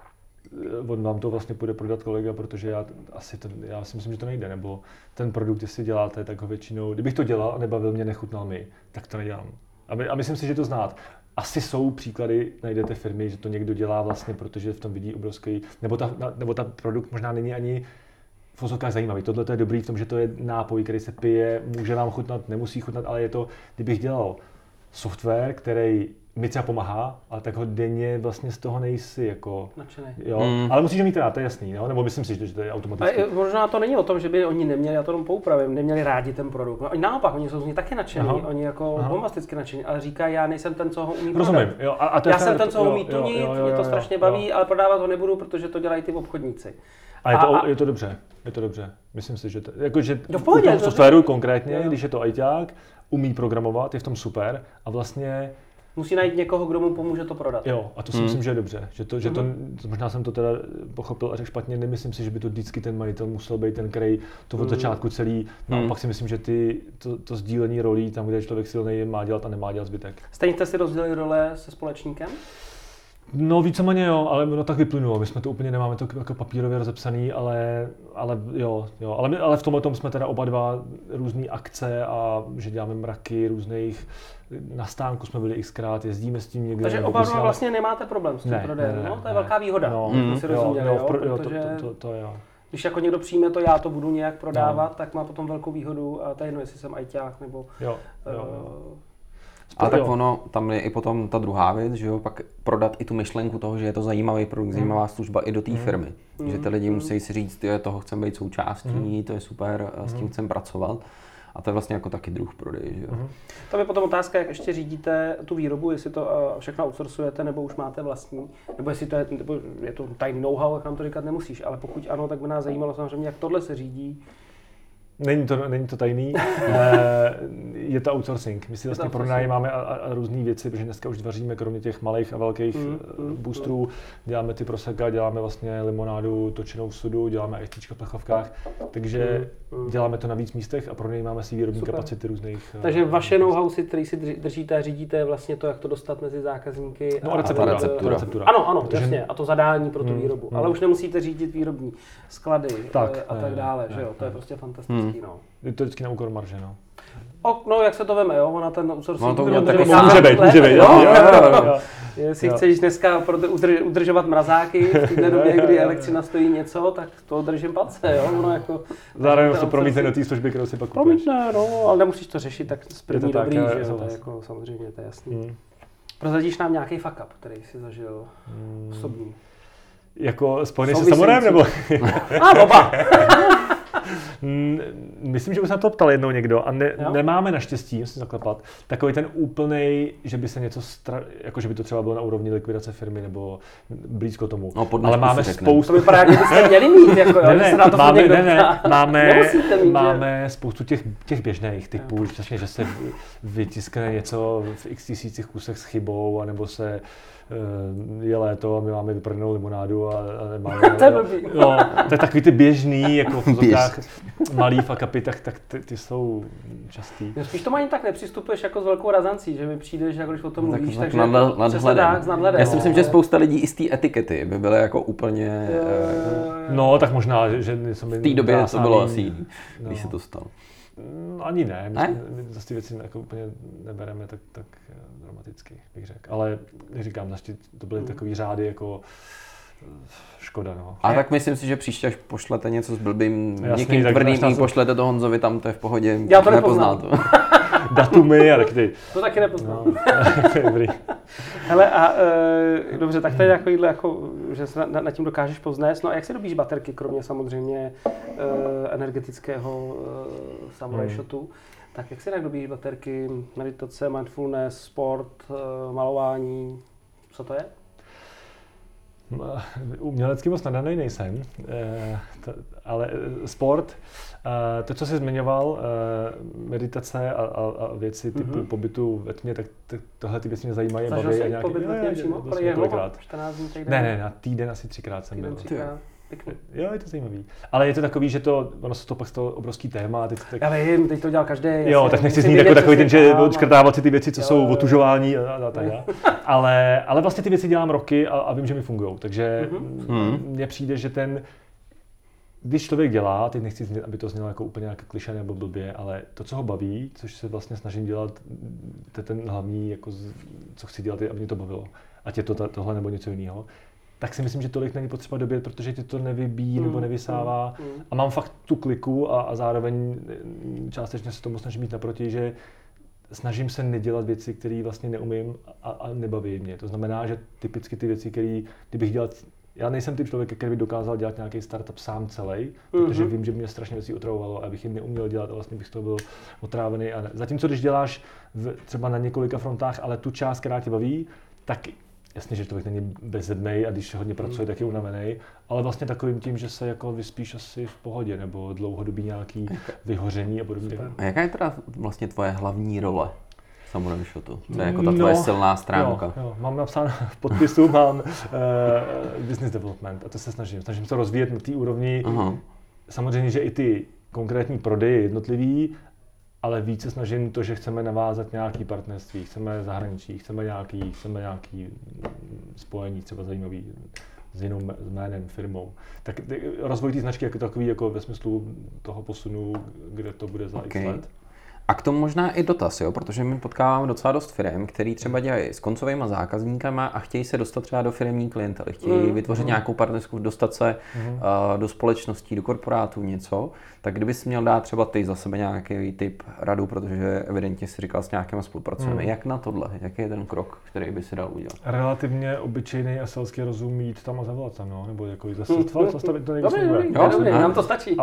on vám to vlastně půjde prodat kolega, protože já si myslím, že to nejde, nebo ten produkt, jestli děláte, tak ho většinou, kdybych to dělal a nebavil mě, nechutnal mi, tak to nedělám. A myslím si, že to znát. Asi jsou příklady, najdete firmy, že to někdo dělá vlastně, protože v tom vidí obrovský, nebo ta produkt možná není ani v ozokách zajímavý. Tohle je dobrý v tom, že to je nápoj, který se pije, může vám chutnat, nemusí chutnat, ale je to, kdybych dělal software, který mi třeba pomáhá, ale tak ho denně vlastně z toho nejsi jako nadšený. Jo, ale musíš ho mít rád, to je jasný, no? Nebo myslím si, že to je automaticky. Ale možná to není o tom, že by oni neměli, já to jenom poupravím, neměli rádi ten produkt. No, naopak, oni jsou z něj taky nadšení, oni jako bombasticky nadšení, ale říkají, já nejsem ten, co ho umí prodat. Rozumím, jo, a to já jsem ten, co ho umí tunit, mě to strašně baví, ale prodávat ho nebudu, protože to dělají ty obchodníci. A je to dobře, myslím si, že to, jakože v pohodě, softwaru konkrétně, když je to ajťák, umí programovat, je v tom super a vlastně musí najít někoho, kdo mu pomůže to prodat. Jo, a to si myslím, že je dobře. Že to možná jsem to teda pochopil a řekl špatně, nemyslím si, že by to vždycky ten majitel musel být ten, který to od začátku celý. Naopak si myslím, že to sdílení rolí, tam, kde je člověk silný, má dělat a nemá dělat zbytek. Stejně jste si rozdělili role se společníkem? No víceméně jo, ale no tak vyplynulo. My jsme to úplně nemáme to jako papírově rozepsaný, ale jo. Ale v tomhle tom jsme teda oba dva různý akce a že děláme mraky různých. Na stánku jsme byli xkrát, jezdíme s tím někde. Takže oba dva vlastně nemáte problém s tím prodejem, no? To je velká výhoda, si rozuměli, to jo. Když jako někdo přijme to, já to budu nějak prodávat, tak má potom velkou výhodu a to je jedno, jestli jsem ajťák nebo... A tak ono, tam je i potom ta druhá věc, že jo, pak prodat i tu myšlenku toho, že je to zajímavý produkt, zajímavá služba i do té firmy. Že ty lidi musí si říct, toho chcem být součástí, to je super, s tím chcem pracovat. A to je vlastně jako taky druh prodej, že jo. Tam je potom otázka, jak ještě řídíte tu výrobu, jestli to všechno outsourcujete, nebo už máte vlastní, nebo jestli to je to tajný know-how, jak nám to říkat nemusíš, ale pokud ano, tak by nás zajímalo samozřejmě, jak tohle se řídí. Není to tajný, je to outsourcing. My si vlastně pronajímáme a různé věci, protože dneska už vaříme kromě těch malých a velkých boostrů, děláme ty prosecca, děláme vlastně limonádu točenou v sudu, děláme ISTčka v plechovkách, takže děláme to na víc místech a pronajímáme si výrobní kapacity různých. Takže vaše know-how, který si držíte a řídíte, je vlastně to, jak to dostat mezi zákazníky. No, receptura. Ano, jasně, a to zadání pro tu výrobu. Ale už nemusíte řídit výrobní sklady a tak dále, že jo, to je prostě fantastické. No. Je to vždycky na úkor marže, no. No, jak se to veme, jo? Ona ten outsourcing může být. Jestli chceš dneska udržovat mrazáky v této době, kdy elektřina stojí něco, tak to držím palce, jo? Ono jako, zároveň to promítne do té služby, kterou si pak kupuješ. Promítne, no, ale nemusíš to řešit tak z první dobrý, že jo? To je jako, samozřejmě, to je jasný. Prozradíš nám nějaký fuck up, který jsi zažil osobní? Jako spojený se samurajem, nebo? Oba! Myslím, že už se na to ptal jednou někdo a nemáme naštěstí, musím zaklepat, takový ten úplnej, že by se něco, jako že by to třeba bylo na úrovni likvidace firmy nebo blízko tomu. No, ale máme spoustu... To vypadá, jak byste měli mít, jako jo, ne, se na to máme spoustu těch běžných typů, že se vytiskne něco v x tisících kusech s chybou, anebo se je léto a my máme vyprodanou limonádu a nemáme... To je takový ty běžný, jako v fotokách malý fuck upy, tak ty jsou častý. Spíš to ani tak nepřistupuješ jako s velkou razancí, že mi přijdeš, jako když o tom mluvíš, takže s nadhledem. Já si myslím, že spousta lidí i z té etikety by byly jako úplně... No, tak možná, že v té době to bylo asi jiný, když se to stalo. Ani ne, my zase ty věci jako úplně nebereme tak dramaticky, bych řekl. Ale říkám, to byly takový řády jako škoda, no. A tak myslím si, že příště, až pošlete něco s blbým, někým tvrdým, pošlete to Honzovi, tam to je v pohodě. Já to nepoznám. Datumy a tak ty. To taky nepoznám. No. Hele, a dobře, tak to je takovýhle, jako, že se nad tím dokážeš povznést. No a jak se dobíš baterky, kromě samozřejmě energetického samurai shotu? Tak jak se tak dobíš baterky, meditace, mindfulness, sport, malování, co to je? Umělecky moc nadanej nejsem, ale sport, to, co jsi zmiňoval, meditace a věci typu pobytu ve tmě, tak tohle ty věci mě zajímají. Zažil jsi pobyt ve tmě přímo? Kolik je dlouho? 14 dní týden? Ne, na týden asi 3krát jsem byl. Pěkný. Jo, je to zajímavý. Ale je to takový, že ono se to pak stalo obrovský téma. Já vím, teď to dělal každý. Jo, tak nechci znít jako takový ten, že odškrtávat si ty věci, co jsou otužování a tak. Ale vlastně ty věci dělám roky a vím, že mi fungují. Takže mně přijde, že když člověk dělá, teď nechci znít, aby to znělo jako úplně jako klišé nebo blbě, ale to, co ho baví, což se vlastně snažím dělat, to je ten hlavní, jako, co chci dělat, aby mě to bavilo. Ať je to tohle nebo něco jiného. Tak si myslím, že tolik není potřeba dobět, protože ti to nevybíjí nebo nevysává. A mám fakt tu kliku a zároveň částečně se tomu snažím mít naproti, že snažím se nedělat věci, které vlastně neumím a nebaví mě. To znamená, že typicky ty věci, které kdybych dělal, já nejsem typ člověk, který by dokázal dělat nějaký startup sám celý, protože vím, že mě strašně věcí otravovalo a abych je neuměl dělat a vlastně bych z toho byl otrávený. Zatímco když děláš třeba na několika frontách, ale tu část, která tě baví, tak jasně, že člověk není bezzednej a když hodně pracuje, tak je unavený, ale vlastně takovým tím, že se jako vyspíš asi v pohodě nebo dlouhodobý nějaký vyhoření a podobně. A jaká je teda vlastně tvoje hlavní role v Samurai Shotu? To je jako ta tvoje silná stránka. Jo. Mám napsáno v podpisu, mám business development a to se snažím se rozvíjet na té úrovni. Samozřejmě, že i ty konkrétní prodeje jednotlivý, ale více snažím to, že chceme navázat nějaké partnerství, chceme zahraničí, chceme nějaký spojení třeba zajímavý s jinou jménem, firmou. Tak rozvoj té značky jako takový, jako ve smyslu toho posunu, kde to bude za x let. A k tomu možná i dotaz, jo? Protože my potkáváme docela dost firem, který třeba dělají s koncovými zákazníkama a chtějí se dostat třeba do firemní klientely, chtějí vytvořit nějakou partnerskou, dostat se do společností, do korporátů něco, tak kdybys měl dát třeba ty za sebe nějaký tip, radu, protože evidentně si říkal s nějakými spolupracujeme, jak na tohle, jaký je ten krok, který by si dal udělat? Relativně obyčejný a selský rozum jít tam a zavolat tam, no, nebo jako zastavit to někde Dobrý, nám to stačí.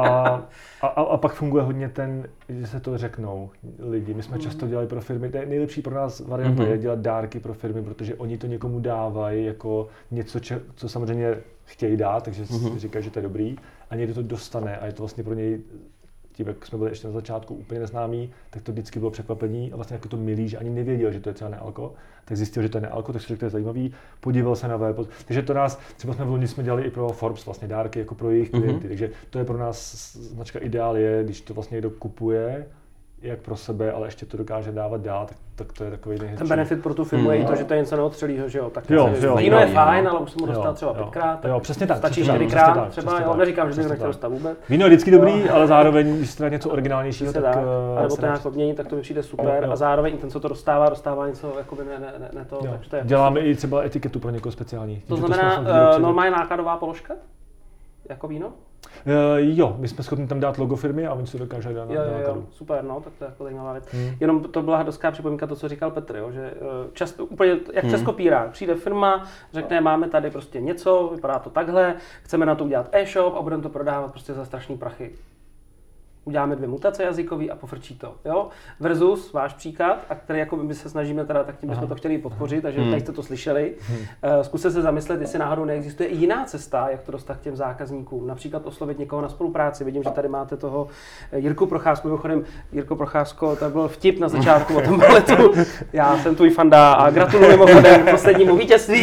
A pak funguje hodně ten, že se to řeknou lidi. My jsme často dělali pro firmy, nejlepší pro nás varianta je dělat dárky pro firmy, protože oni to někomu dávají jako něco, co samozřejmě chtějí dát, takže si říkají, že to je dobrý a někdo to dostane a je to vlastně pro něj, tím, jak jsme byli ještě na začátku úplně neznámí, tak to vždycky bylo překvapení a vlastně jako to milý, že ani nevěděl, že to je třeba nealko, tak zjistil, že to je nealko, tak si řekl, že to je zajímavý, podíval se na web, takže to nás, třeba jsme v loni jsme dělali i pro Forbes vlastně dárky jako pro jejich klienty, takže to je pro nás značka ideál je, když to vlastně někdo kupuje, jak pro sebe, ale ještě to dokáže dávat dál, tak to je takový nejhezčí. Ten benefit pro tu firmu je i to, že to je něco neotřelýho, že jo? Tak jo, víno je fajn, ale už jsem ho dostal třeba 5krát, jo, přesně tak, stačí přesně 4krát tak, třeba, jo, neříkám, že bych nechtěl dostat vůbec. Víno je vždycky dobrý, ale zároveň, když to je něco originálnějšího, tak... A nebo to nějak odměnit, tak to mi přijde super a zároveň ten, co to dostává něco jakoby ne to, takže to je... Děláme i třeba etiketu pro někoho speciální. To znamená normálně nákladová položka? Jako víno? Jo, my jsme schopni tam dát logo firmy a oni se dokáže dát na nákladu. Super, no, tak to je jako zajímavá věc. Jenom to byla hezká připomínka to, co říkal Petr, jo, že často úplně jak přes kopírák. Přijde firma, řekne, máme tady prostě něco, vypadá to takhle, chceme na to udělat e-shop a budeme to prodávat prostě za strašný prachy. Uděláme 2 mutace jazykový a pofrčí to, jo? Versus váš příklad, a který jako my se snažíme teda, tak tím bychom to chtěli podpořit, takže tady jste to slyšeli. Zkuste se zamyslet, jestli náhodou neexistuje i jiná cesta, jak to dostat k těm zákazníkům. Například oslovit někoho na spolupráci. Vidím, že tady máte toho Jirku Procházku. Mimochodem, Jirko Procházko, to byl vtip na začátku o tom baletu. Já jsem tvůj fanda a gratuluji mimochodem k poslednímu vítězství.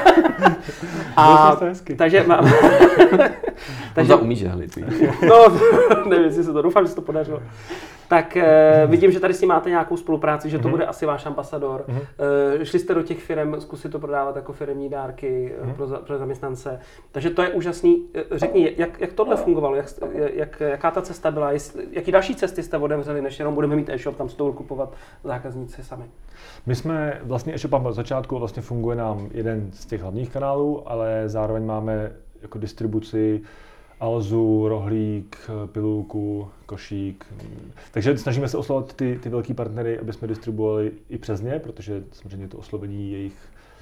A takže mám... Takže umíš žehlit. No, nevím, jestli se to doufám, že se to podařilo. Tak vidím, že tady s ním máte nějakou spolupráci, že to bude asi váš ambasador. Šli jste do těch firm zkusit to prodávat jako firemní dárky pro zaměstnance. Takže to je úžasný. Řekni, jak tohle fungovalo? Jaká ta cesta byla? Jaký další cesty jste otevřeli, než jenom budeme mít e-shop, tam se to budou kupovat zákazníci sami? My jsme vlastně e-shop od začátku vlastně funguje nám jeden z těch hlavních kanálů, ale zároveň máme jako distribuci Alzu, Rohlík, Pilulku, Košík. Takže snažíme se oslovovat ty velký partnery, aby jsme distribuovali i přes ně, protože samozřejmě to oslovení jejich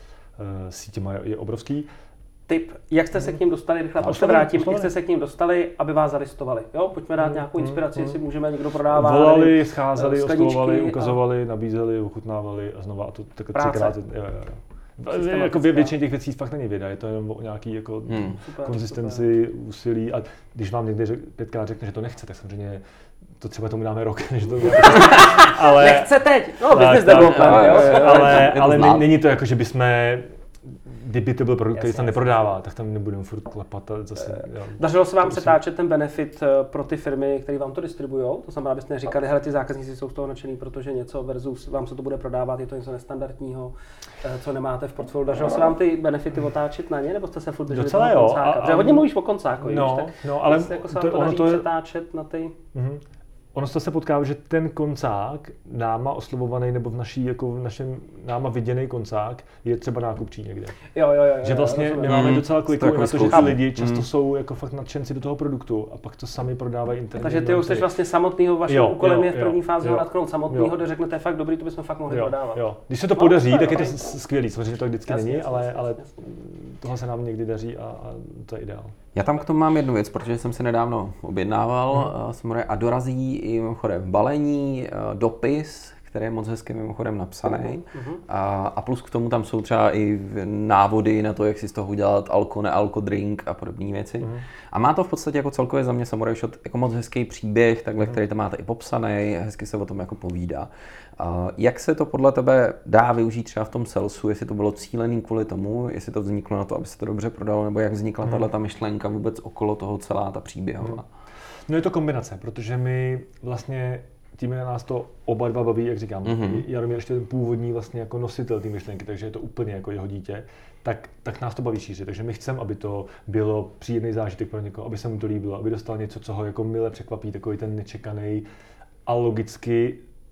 sítě je obrovský. Tip, jak jste se k ním dostali, rychle pak se vrátím, jak jste se k ním dostali, aby vás zalistovali. Jo, pojďme dát nějakou inspiraci, jestli můžeme někdo prodávat. Volali, scházeli, oslovovali, ukazovali, nabízeli, ochutnávali a znova a to tak 3krát. Jako většině těch věcí fakt není věda, je to jenom o nějaký jako konzistenci, úsilí a když vám někde 5krát řekne, že to nechce, tak samozřejmě to třeba tomu dáme rok, než to ale nechce teď, no business development, jo. Ale není to jako, že bychom kdyby to byl produkt, který se neprodává, tak tam nebudeme furt klepat a zase... Jo. Dařilo se vám přetáčet ten benefit pro ty firmy, které vám to distribujou? To znamená, abyste neříkali, hele, ty zákazníci jsou z toho nadšený, protože něco versus vám se to bude prodávat, je to něco nestandardního, co nemáte v portfoliu. Dařilo se vám ty benefity otáčet na ně, nebo jste se furt drželi toho koncáka? Protože hodně mluvíš o koncáku, ale jako se vám to daří přetáčet na ty... Ono se potkává, že ten koncák, náma oslovovaný nebo v našem náma viděný koncák, je třeba nákupčí někde. Jo. Že vlastně my máme docela kliku na to, že ty lidi často jsou jako fakt nadšenci do toho produktu a pak to sami prodávají internet. Takže ty už jsi vlastně samotnýho, vaším úkolem je v první fázi natknout samotnýho, kde řeknete fakt dobrý, to bychom fakt mohli prodávat. Jo. Když se to podaří, tak je to skvělý, samozřejmě to vždycky není, ale tohle se nám někdy daří a to je ideál. Já tam k tomu mám jednu věc, protože jsem si nedávno objednával a dorazí i mimochodem balení, dopis, který je moc hezky mimochodem napsaný. A plus k tomu tam jsou třeba i návody na to, jak si z toho udělat alko, nealko drink a podobné věci. A má to v podstatě jako celkově za mě Samurai Shot jako moc hezký příběh, takhle, který tam máte i popsaný, hezky se o tom jako povídá. Jak se to podle tebe dá využít třeba v tom salesu, jestli to bylo cílený kvůli tomu, jestli to vzniklo na to, aby se to dobře prodalo, nebo jak vznikla tato myšlenka vůbec okolo toho celá ta příběhová? No je to kombinace, protože my vlastně tím nás to oba dva baví, jak říkám. Jaromír ještě ten původní vlastně jako nositel té myšlenky, takže je to úplně jako jeho dítě, tak nás to baví šířit. Takže my chceme, aby to bylo příjemný zážitek pro někoho, aby se mu to líbilo, aby dostal něco, co ho jako mile překvapí, takový ten nečekaný a logicky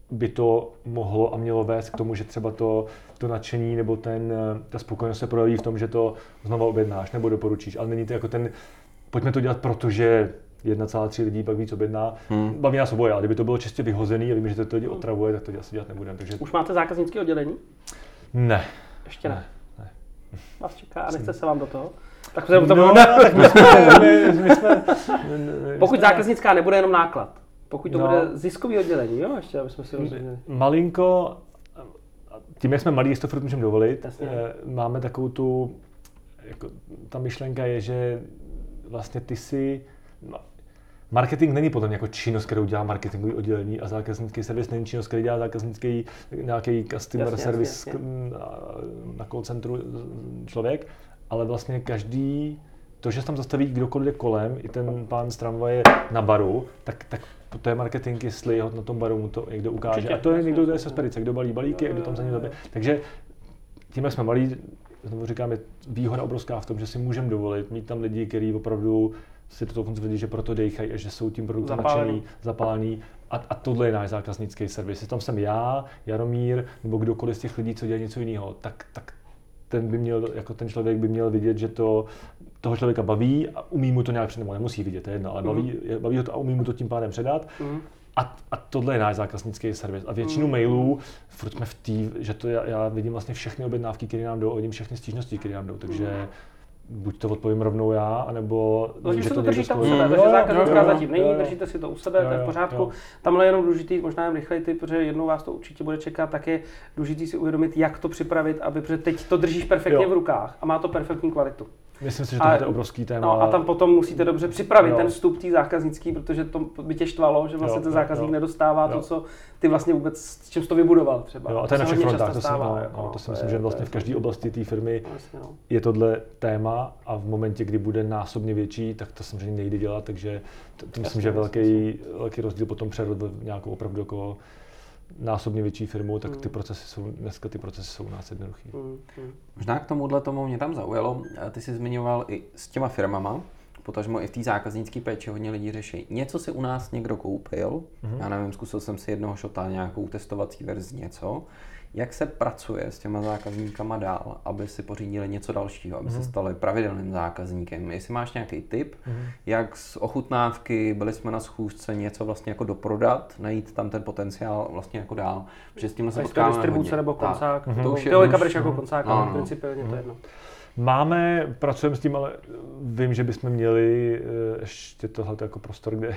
by to mohlo a mělo vést k tomu, že třeba to nadšení nebo ta spokojenost se projeví v tom, že to znova objednáš nebo doporučíš, ale není to jako pojďme to dělat, protože 1,3 lidí pak víc objedná. Baví nás oboje, ale kdyby to bylo čistě vyhozený a víme, že to lidi otravuje, tak to asi dělat nebudeme. Takže... Už máte zákaznické oddělení? Ne. Ještě ne. Vás čeká a Jsem... nechce se vám do toho? Tak tak my jsme... Pokud zákaznická nebude jenom náklad. Pokud to bude ziskový oddělení, jo, ještě, aby jsme si rozuměli. Malinko, tím, jak jsme malí, jestli to furt můžeme dovolit, máme takovou ta myšlenka je, že vlastně marketing není podle mě jako činnost, kterou dělá marketingový oddělení a zákaznický servis není činnost, který dělá zákaznický nějaký customer service na call centru člověk, ale vlastně každý, to, že se tam zastaví kdokoliv jde kolem, i ten pán z tramvaje na baru, tak to je marketing, jestli na tom baru mu to někdo ukáže. Určitě, a to je někdo, kdo je se spedice, kdo balí balíky a kdo tam za ním zabije. Takže tím, jak jsme malí, znovu říkám, je výhoda obrovská v tom, že si můžeme dovolit mít tam lidi, kteří opravdu si to dokonce vědí, že proto dejchají a že jsou tím produktem nadšený, zapálení. A tohle je náš zákaznický servis. Tam jsem já, Jaromír, nebo kdokoliv z těch lidí, co dělají něco jiného, tak ten člověk by měl vidět, že toho člověka baví a umí mu to nějak předat, nemusí vidět, to je jedno, ale baví ho to a umí mu to tím pádem předat. A tohle je náš zákaznický servis. A většinu mailů, furt jsme v že to já vidím vlastně všechny objednávky, které nám jdou, vidím všechny stížnosti, které nám jdou, takže buď to odpovím rovnou já, anebo... Že to držíte u sebe, takže zákaznická zatím není, držíte si to u sebe, to je v pořádku. Tamhle je jenom důležitý, možná jen rychleji, protože jednou vás to určitě bude čekat, tak je důležitý si uvědomit, jak to připravit, protože teď to držíš perfektně v rukách a má to perfektní kvalitu. Myslím si, že to je obrovský téma. No a tam potom musíte dobře připravit ten vstup tý zákaznický, protože to by tě štvalo, že vlastně ten zákazník nedostává to, co ty vlastně vůbec, s čím jsi to vybudoval třeba. A to je na všech frontách, to si myslím, že vlastně v každé oblasti té firmy je tohle téma a v momentě, kdy bude násobně větší, tak to samozřejmě nejde dělat, takže to myslím, že velký rozdíl potom přerod v nějakou opravdu jako násobně větší firmu, tak dneska ty procesy jsou u nás jednoduchý. Možná k tomu mě tam zaujalo, ty jsi zmiňoval i s těma firmama, potažmo i v té zákaznické péči hodně lidí řeší. Něco si u nás někdo koupil, já nevím, zkusil jsem si jednoho šota, nějakou testovací verzi, něco. Jak se pracuje s těma zákazníkama dál, aby si pořídili něco dalšího, aby se stali pravidelným zákazníkem? Jestli máš nějaký tip, jak z ochutnávky, byli jsme na schůzce, něco vlastně jako doprodat, najít tam ten potenciál vlastně jako dál, protože s tímhle se potkáváme hodně. Distribuce nebo koncák, to už je jako koncák, ale principiálně to je jedno. Pracujeme s tím, ale vím, že bychom měli ještě tohle jako prostor, kde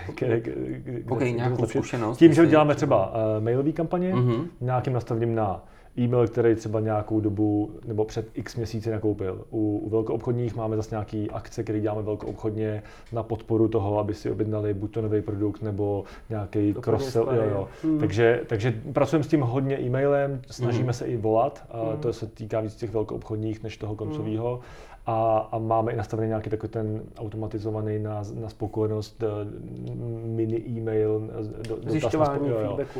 nějakou zkušenost. Tím, že děláme třeba mailové kampaně, nějakým nastavením na e-mail, který třeba nějakou dobu nebo před x měsíci nakoupil. U velkoobchodních máme zase nějaký akce, které děláme velkoobchodně na podporu toho, aby si objednali buď to nový produkt nebo nějaký cross-sell. Takže pracujeme s tím hodně e-mailem, snažíme se i volat, a to se týká víc těch velkoobchodních než toho koncového. A máme i nastavený nějaký takový ten automatizovaný na spokojenost mini e-mail. Zjišťování feedbacku.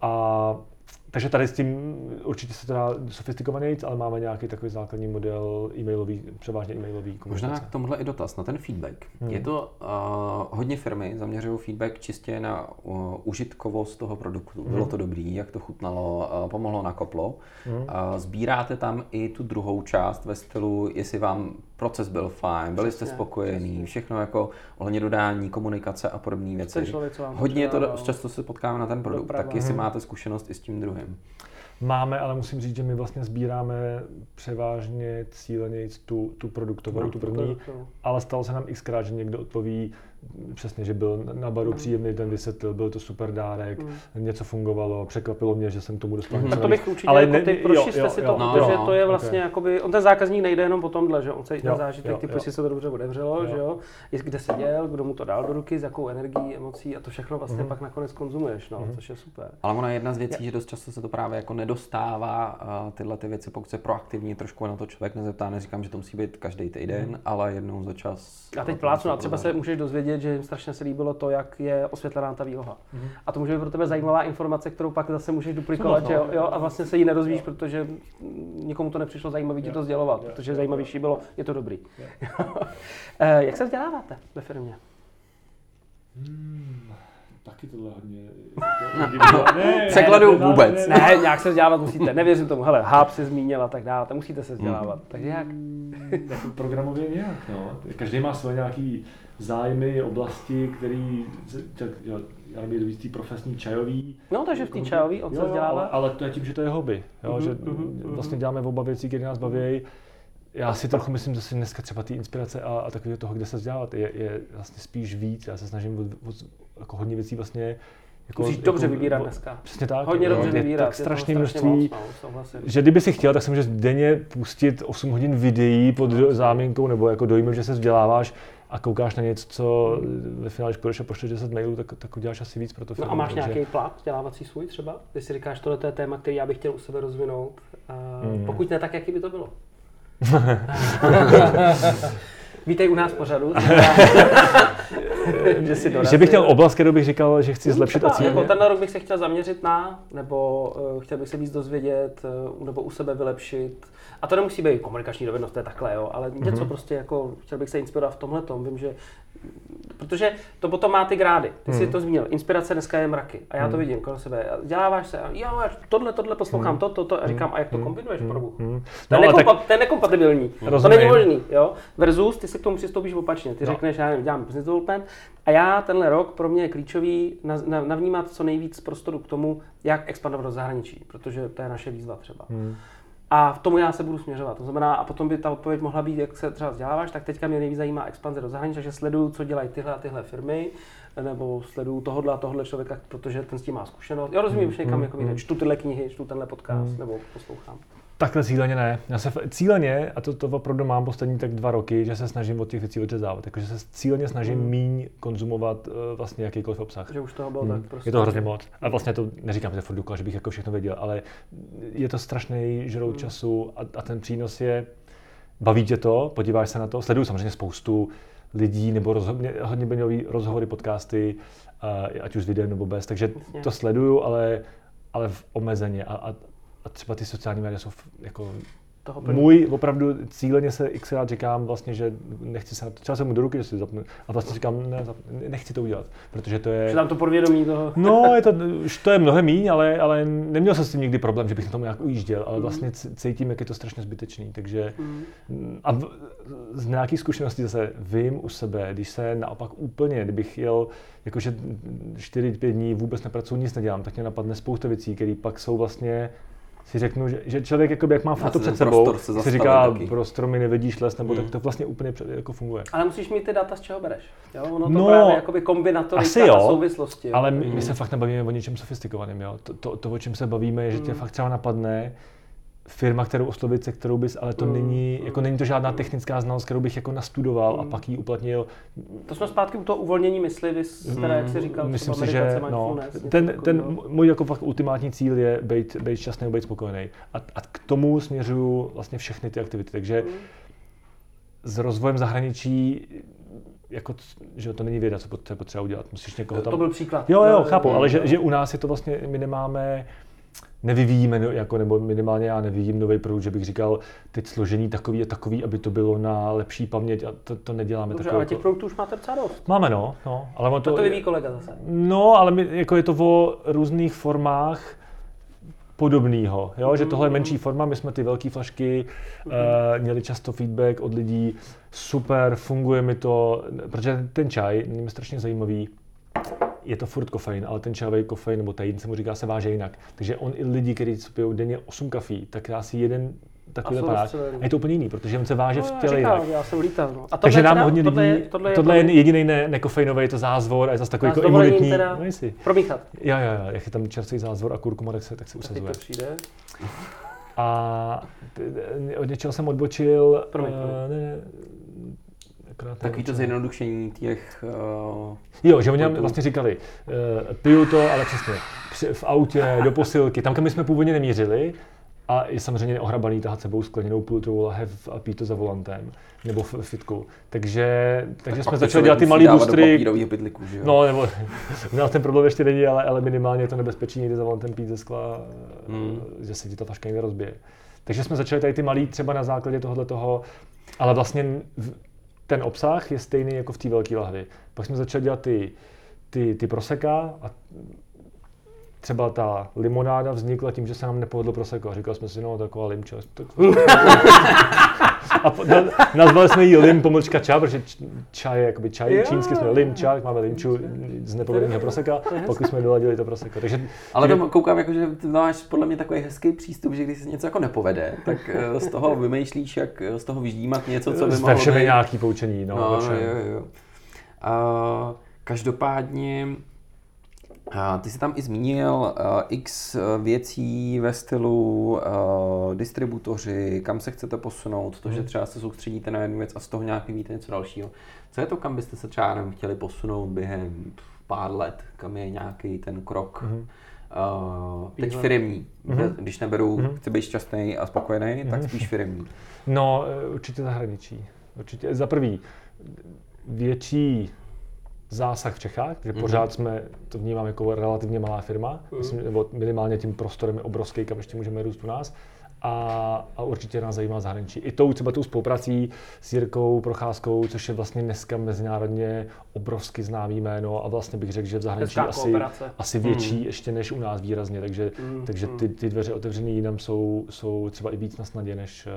Takže tady s tím určitě se to dá sofistikovanějc, ale máme nějaký takový základní model e-mailový, převážně e-mailový komunikace. Možná k tomuhle i dotaz na ten feedback. Je to hodně firmy zaměřují feedback čistě na užitkovost toho produktu. Bylo to dobrý, jak to chutnalo, pomohlo, nakoplo. Sbíráte tam i tu druhou část ve stylu, jestli vám proces byl fajn, byli jste spokojení, všechno jako ohledně dodání, komunikace a podobné věci. Hodně to často se potkáme na ten produkt, tak jestli máte zkušenost i s tím druhým. Máme, ale musím říct, že my vlastně sbíráme převážně cíleně tu produktovou, tu první, ale stalo se nám xkrát, že někdo odpoví přesně, že byl na baru příjemný, ten vysvětlil, byl to super dárek, něco fungovalo, překvapilo mě, že jsem tomu dostal něco. To bych určitě, ale pročište si to, protože to je vlastně jakoby, on ten zákazník nejde jenom po tomhle, že on se i ten zážitek, typu, jestli se to dobře odevřelo, že jo, kde seděl, kdo mu to dal do ruky, s jakou energií, emocí a to všechno vlastně pak nakonec konzumuješ, což je super. Ale ona je jedna z věcí, že dost často se to právě jako nedostává tyhle ty věci, pokud se proaktivně trošku na to člověk nezeptá, neříkám, že to musí být každý týden, ale jednou za čas. A teď plácnu, a třeba se můžeš dozvědět, že jim strašně se líbilo to, jak je osvětlená ta výloha. A to může být pro tebe zajímavá informace, kterou pak zase můžeš duplikovat, jo, a vlastně se jí nedozvíš, protože nikomu to nepřišlo zajímavý ti to sdělovat, protože zajímavější bylo, je to dobrý. Jak se vzděláváte ve firmě? taky tohle hodně... Překladu vůbec. Ne, nějak se vzdělávat musíte, nevěřím tomu. Hele, Háb se zmínil a tak dále, tam musíte se vzdělávat. Takže jak? Jako programově nějak, no. Každý má svoje nějaký zájmy, oblasti, který... Já nevím, víc tý profesní čajový. No, takže v té čajový on se vzdělává. Ale to je tím, že to je hobby, jo? Že vlastně děláme oba věci, které nás baví. Já si trochu myslím, že si dneska třeba ty inspirace a takového toho, kde se vzdělávat, je vlastně spíš víc. Já se snažím jako hodně věcí vlastně... Jako, musíš dobře vybírat dneska. Přesně tak. Hodně dobře vybírat. Tak strašné množství, že kdyby si chtěl, tak si můžeš denně pustit 8 hodin videí pod záminkou nebo jako dojmem, že se vzděláváš a koukáš na něco, co ve finále, když půjdeš a pošleš 10 mailů, tak uděláš asi víc pro to firmu. No a máš nějaký plán vzdělávací svůj třeba? Když si říkáš, tohle je téma, který já bych chtěl u sebe rozvinout. Pokud ne, tak jaký by to bylo? Vítej u nás pořadu. Že bych chtěl oblast, kterou bych říkal, že chci zlepšit a cíleně. Jako tenhle rok bych se chtěl zaměřit na, nebo chtěl bych se víc dozvědět, nebo u sebe vylepšit. A to nemusí být komunikační dovednost, to je takhle, jo, ale něco prostě jako, chtěl bych se inspirovat v tomhletom, vím, že, protože to potom má ty grády, ty jsi to zmínil, inspirace dneska je mraky a já to vidím kolem sebe, děláváš se a jo, tohle poslouchám, to a říkám, a jak to kombinuješ, probu? To je nekompatibilní, to není možný, jo, versus ty si k tomu přistoupíš opačně, ty řekneš, já nevím, dělám business development a já tenhle rok pro mě je klíčový navnímat co nejvíc prostoru k tomu, jak expandovat do zahraničí, protože to je naše výzva třeba. A v tomu já se budu směřovat. To znamená, a potom by ta odpověď mohla být, jak se třeba vzděláváš, tak teďka mě nejvíc zajímá expanze do zahraničí, takže sleduju, co dělají tyhle a tyhle firmy, nebo sleduju tohle a tohle člověka, protože ten s tím má zkušenost. Já rozumím, že někam jako čtu tyhle knihy, čtu tenhle podcast, nebo poslouchám. Takhle cíleně ne. Já se cíleně, a to opravdu mám poslední tak 2 roky, že se snažím od těch věcí odřezávat. Jakože se cíleně snažím míň konzumovat vlastně jakýkoliv obsah. Že už toho bylo tak prostě. Je to hrozně moc. A vlastně to neříkám, že furt dokola, že bych jako všechno věděl, ale je to strašný žrout času a ten přínos je, baví tě to, podíváš se na to, sleduju samozřejmě spoustu lidí nebo hodně baví rozhovory, podcasty, ať už s videem nebo bez, takže to sleduju, ale v omezeně a třeba ty sociální média jsou jako můj opravdu cíleně se xkrát říkám vlastně, že nechci se na to, třeba jsem mu do ruky, že si zapnu a vlastně říkám, nechci to udělat, protože to je... Že tam to podvědomí toho... No, to je mnohem míň, ale neměl jsem s tím nikdy problém, že bych na tomu nějak ujížděl, ale vlastně cítím, jak je to strašně zbytečný, takže... A z nějakých zkušeností zase vím u sebe, když se naopak úplně, kdybych jel jakože 4-5 dní vůbec nepracuji, nic nedělám, tak mě napadne spousta věcí, které pak jsou vlastně si řeknu, že člověk jakoby, jak má foto před sebou, si říká, pro stromy nevidíš les, nebo tak to vlastně úplně jako funguje. Ale musíš mít ty data, z čeho bereš. Jo? Ono to právě jakoby kombinatorika a souvislosti. Ale my se fakt nebavíme o něčem sofistikovaném. Jo? To, o čem se bavíme, je, že tě fakt třeba napadne firma, kterou oslovit, se kterou bys, ale to není to žádná technická znalost, kterou bych jako nastudoval a pak ji uplatnil. To jsme zpátky u toho uvolnění mysli, teda jak jsi říkal, myslím si, že ten můj jako fakt ultimátní cíl je být šťastný a být spokojený. A k tomu směřuju vlastně všechny ty aktivity. Takže s rozvojem zahraničí jako, že to není věda, co potřeba udělat. Musíš někoho tam... To byl příklad. Jo, chápu, ale že u nás je to vlastně, my nevyvíjíme, jako, nebo minimálně já nevidím nový produkt, že bych říkal, teď složení takový a takový, aby to bylo na lepší paměť a to neděláme. Dobře, ale těch produktů už máte docela dost. Máme, no. Ale to vyvíjí kolega zase. No, ale jako je to o různých formách podobného, že tohle je menší forma, my jsme ty velké flašky, měli často feedback od lidí, super, funguje mi to, protože ten čaj, mě strašně zajímavý, je to furt kofein, ale ten čajový kofein nebo tein se mu říká, se váže jinak. Takže on i lidi, kteří pijou denně 8 kafí, tak dá si jeden takový panáč. A je to úplně jiný, protože on se váže v těle jinak. Já jsem lítal. No. A takže nám hodně lidí, tohle je jediný nekofeinový, je to zázvor a je zase takový jako imunitní. Teda promíchat. Jo, jak je tam čerstvý zázvor a kurkuma, tak se usazuje. A od něčeho jsem odbočil. Takový to zjednodušení těch... Jo, že oni nám vlastně říkali, piju to, ale přesně, v autě, do posilky, tam, kam my jsme původně nemířili, a je samozřejmě neohrabaný tahat sebou skleněnou půltrovou lahev a pít to za volantem, nebo v fitku. Takže jsme začali dělat ty malý boostry. No, nebo ten problém ještě není, ale minimálně je to nebezpečí někdy za volantem pít ze skla, že se ti ta flaška někde rozbije. Takže jsme začali tady ty malý třeba na základě tohoto, ale vlastně ten obsah je stejný jako v té velké lahvi. Pak jsme začali dělat ty ty proseka a třeba ta limonáda vznikla tím, že se nám nepovedlo prosecco. A říkali jsme si, no taková limča. A nazvali jsme ji lim pomlčka ča, protože čaj je jakoby čaj, čínsky jsme lim ča, tak máme limču z nepovedeného proseka, pak jsme doladili to prosecco. Takže, ale to koukám, jako, že máš podle mě takový hezký přístup, že když se něco jako nepovede, tak z toho vymýšlíš, jak z toho vyždímat něco, co by mohlo být. Nějaký poučení, no jo. Každopádně, ty jsi tam i zmínil x věcí ve stylu distributoři, kam se chcete posunout, to, že třeba se soustředíte na jednu věc a z toho nějak vyvíjíte něco dalšího. Co je to, kam byste se třeba chtěli posunout během pár let, kam je nějaký ten krok? Teď firemní. Když neberu, chci být šťastný a spokojený, tak spíš firemní. No, určitě zahraničí. Určitě. Za prvý, větší zásah v Čechách, protože pořád jsme, to vnímám jako relativně malá firma, myslím, nebo minimálně tím prostorem je obrovský, kam ještě můžeme růst u nás. A určitě nás zajímá zahraničí. I třeba tou spoluprací s Jirkou Procházkou, což je vlastně dneska mezinárodně obrovsky známý jméno a vlastně bych řekl, že v zahraničí asi větší ještě než u nás výrazně, takže ty dveře otevřené jinam jsou třeba i víc na snadě, než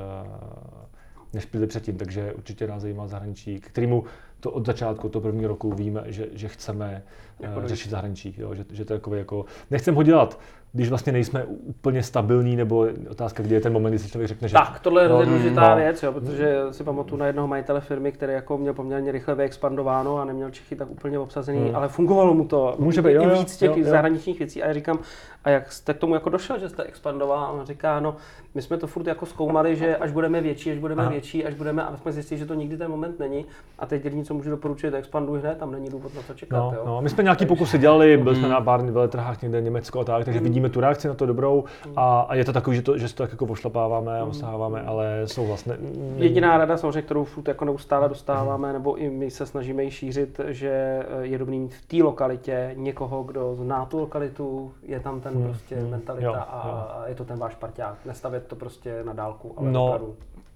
byly předtím, takže určitě nás zajímá zahraničí, kterému to od začátku toho prvního roku víme, že chceme řešit zahraničí, jo? Že to je takové jako, nechcem ho dělat, když vlastně nejsme úplně stabilní, nebo otázka, kdy je ten moment, kdy si člověk řekne, že... Tak, tohle je důležitá věc, jo, protože si pamatuju na jednoho majitele firmy, který jako měl poměrně rychle vyexpandováno a neměl Čechy tak úplně obsazený, ale fungovalo mu to. Může být, i víc těch zahraničních věcí. A já říkám, a jak jste k tomu jako došel, že jste expandoval? A on říká, no, my jsme to furt jako zkoumali, že až budeme větší, a jsme zjistili, že to nikdy ten moment není. A teď jediné, co můžu doporučit, expanduj hned, tam není důvod na to čekat. No, my jsme nějaký pokusy dělali, byli jsme na pár veletrhách někde Německo a tak, takže vidíme tu reakci na to dobrou a je to takový, že se to jako pošlapáváme a osaháváme, ale souhlas. Jediná rada samozřejmě, kterou furt jako neustále dostáváme, nebo i my se snažíme ji šířit, že je dobrý mít v té lokalitě někoho, kdo zná tu lokalitu, je tam ten prostě mentalita a je to ten váš parťák. Nestavět to prostě na dálku, ale opravdu.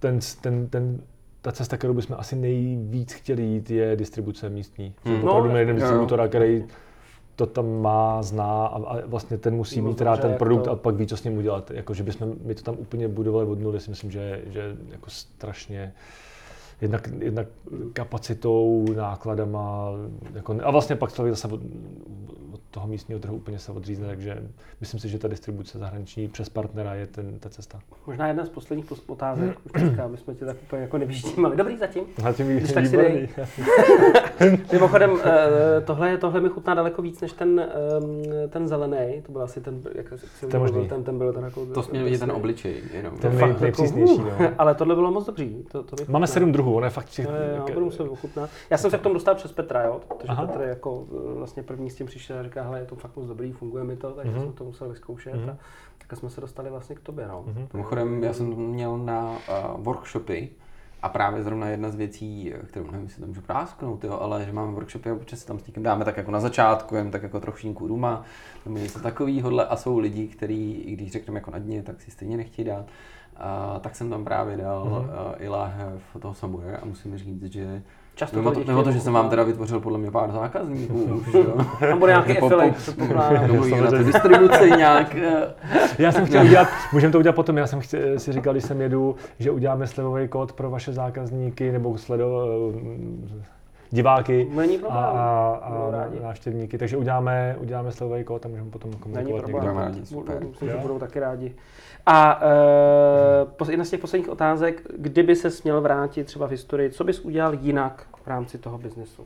Ta cesta, kterou bychom asi nejvíc chtěli jít, je distribuce místní. Opravdu máme jeden distributora, který to tam má, zná a vlastně ten musí mít rád ten produkt a pak ví, co s ním udělat. Jako, že bychom my to tam úplně budovali od nuly, si myslím, že jako strašně jednak kapacitou, nákladama, jako, a vlastně pak člověk zase od toho místního trhu úplně se odřízne, takže myslím si, že ta distribuce zahraniční přes partnera je ta cesta. Možná jedna z posledních otázek, už dneska, my jsme tě tak úplně jako nevyždímali. Dobrý zatím. Zatím tak si dej. Mimochodem, tohle mi chutná daleko víc než ten zelený, to byl asi ten, jak si ten byl ten jako... To směl vidět ten obličej, jenom. Ten nejpřísnější, no. Ale tohle bylo moc dobrý. Máme 7 druhů, on je fakt budu muset ochutnat. Já jsem se k tomu dostal přes Petra, jo, protože Petr jako vlastně první s tím přišel a říká, hele, je to fakt moc dobrý, funguje mi to, takže jsem to musel vyzkoušet a tak jsme se dostali vlastně k tobě, no. Mimochodem, já jsem měl na workshopy a právě zrovna jedna z věcí, kterou nevím, jestli to můžu prásknout, jo, ale že máme workshopy a občas se tam s někým dáme tak jako na začátku, jen tak jako trošinku duma, tam je něco takovýhodle a jsou lidi, kteří, i když řekneme jako na dně, tak si stejně nechtějí dát. Tak jsem tam právě dal i láhev toho Samoje a musím říct, že mimo to, že jsem vám teda vytvořil podle mě pár zákazníků už, jo. Tam bude nějaký affiliate, domluví na tu distribuci nějak. Já jsem chtěl udělat, můžeme to udělat potom, já jsem si říkal, když sem jedu, že uděláme slevový kód pro vaše zákazníky nebo diváky a návštěvnídavníky, takže uděláme slevový kód a můžeme potom komunikovat někdo. Budou taky rádi. A jedna z těch posledních otázek, kdyby se směl vrátit třeba v historii, co bys udělal jinak v rámci toho biznesu?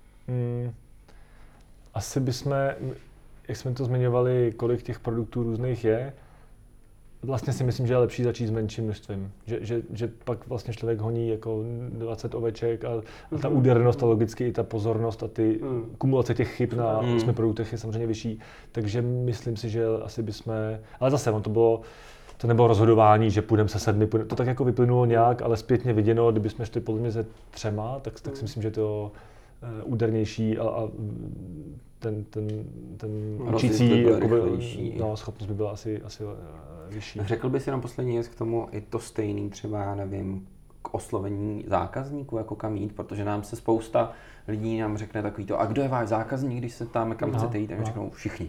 Asi bychom, jak jsme to zmiňovali, kolik těch produktů různých je, vlastně si myslím, že je lepší začít s menším množstvím. Že pak vlastně člověk honí jako 20 oveček a ta údernost a logicky i ta pozornost a ty kumulace těch chyb na 8 produktech je samozřejmě vyšší. Takže myslím si, že asi bychom, ale zase to nebylo rozhodování, že půjdeme se 7, to tak jako vyplynulo nějak, ale zpětně viděno, kdybychom šli podle mě se 3, tak si myslím, že to údernější a ten učící schopnost by byla asi vyšší. Řekl bys jenom poslední věc k tomu, i to stejný třeba, nevím, k oslovení zákazníků, jako kam jít, protože nám se spousta lidí nám řekne takový to, a kdo je váš zákazník, když se ptáme, kam chcete jít, a my řeknou všichni.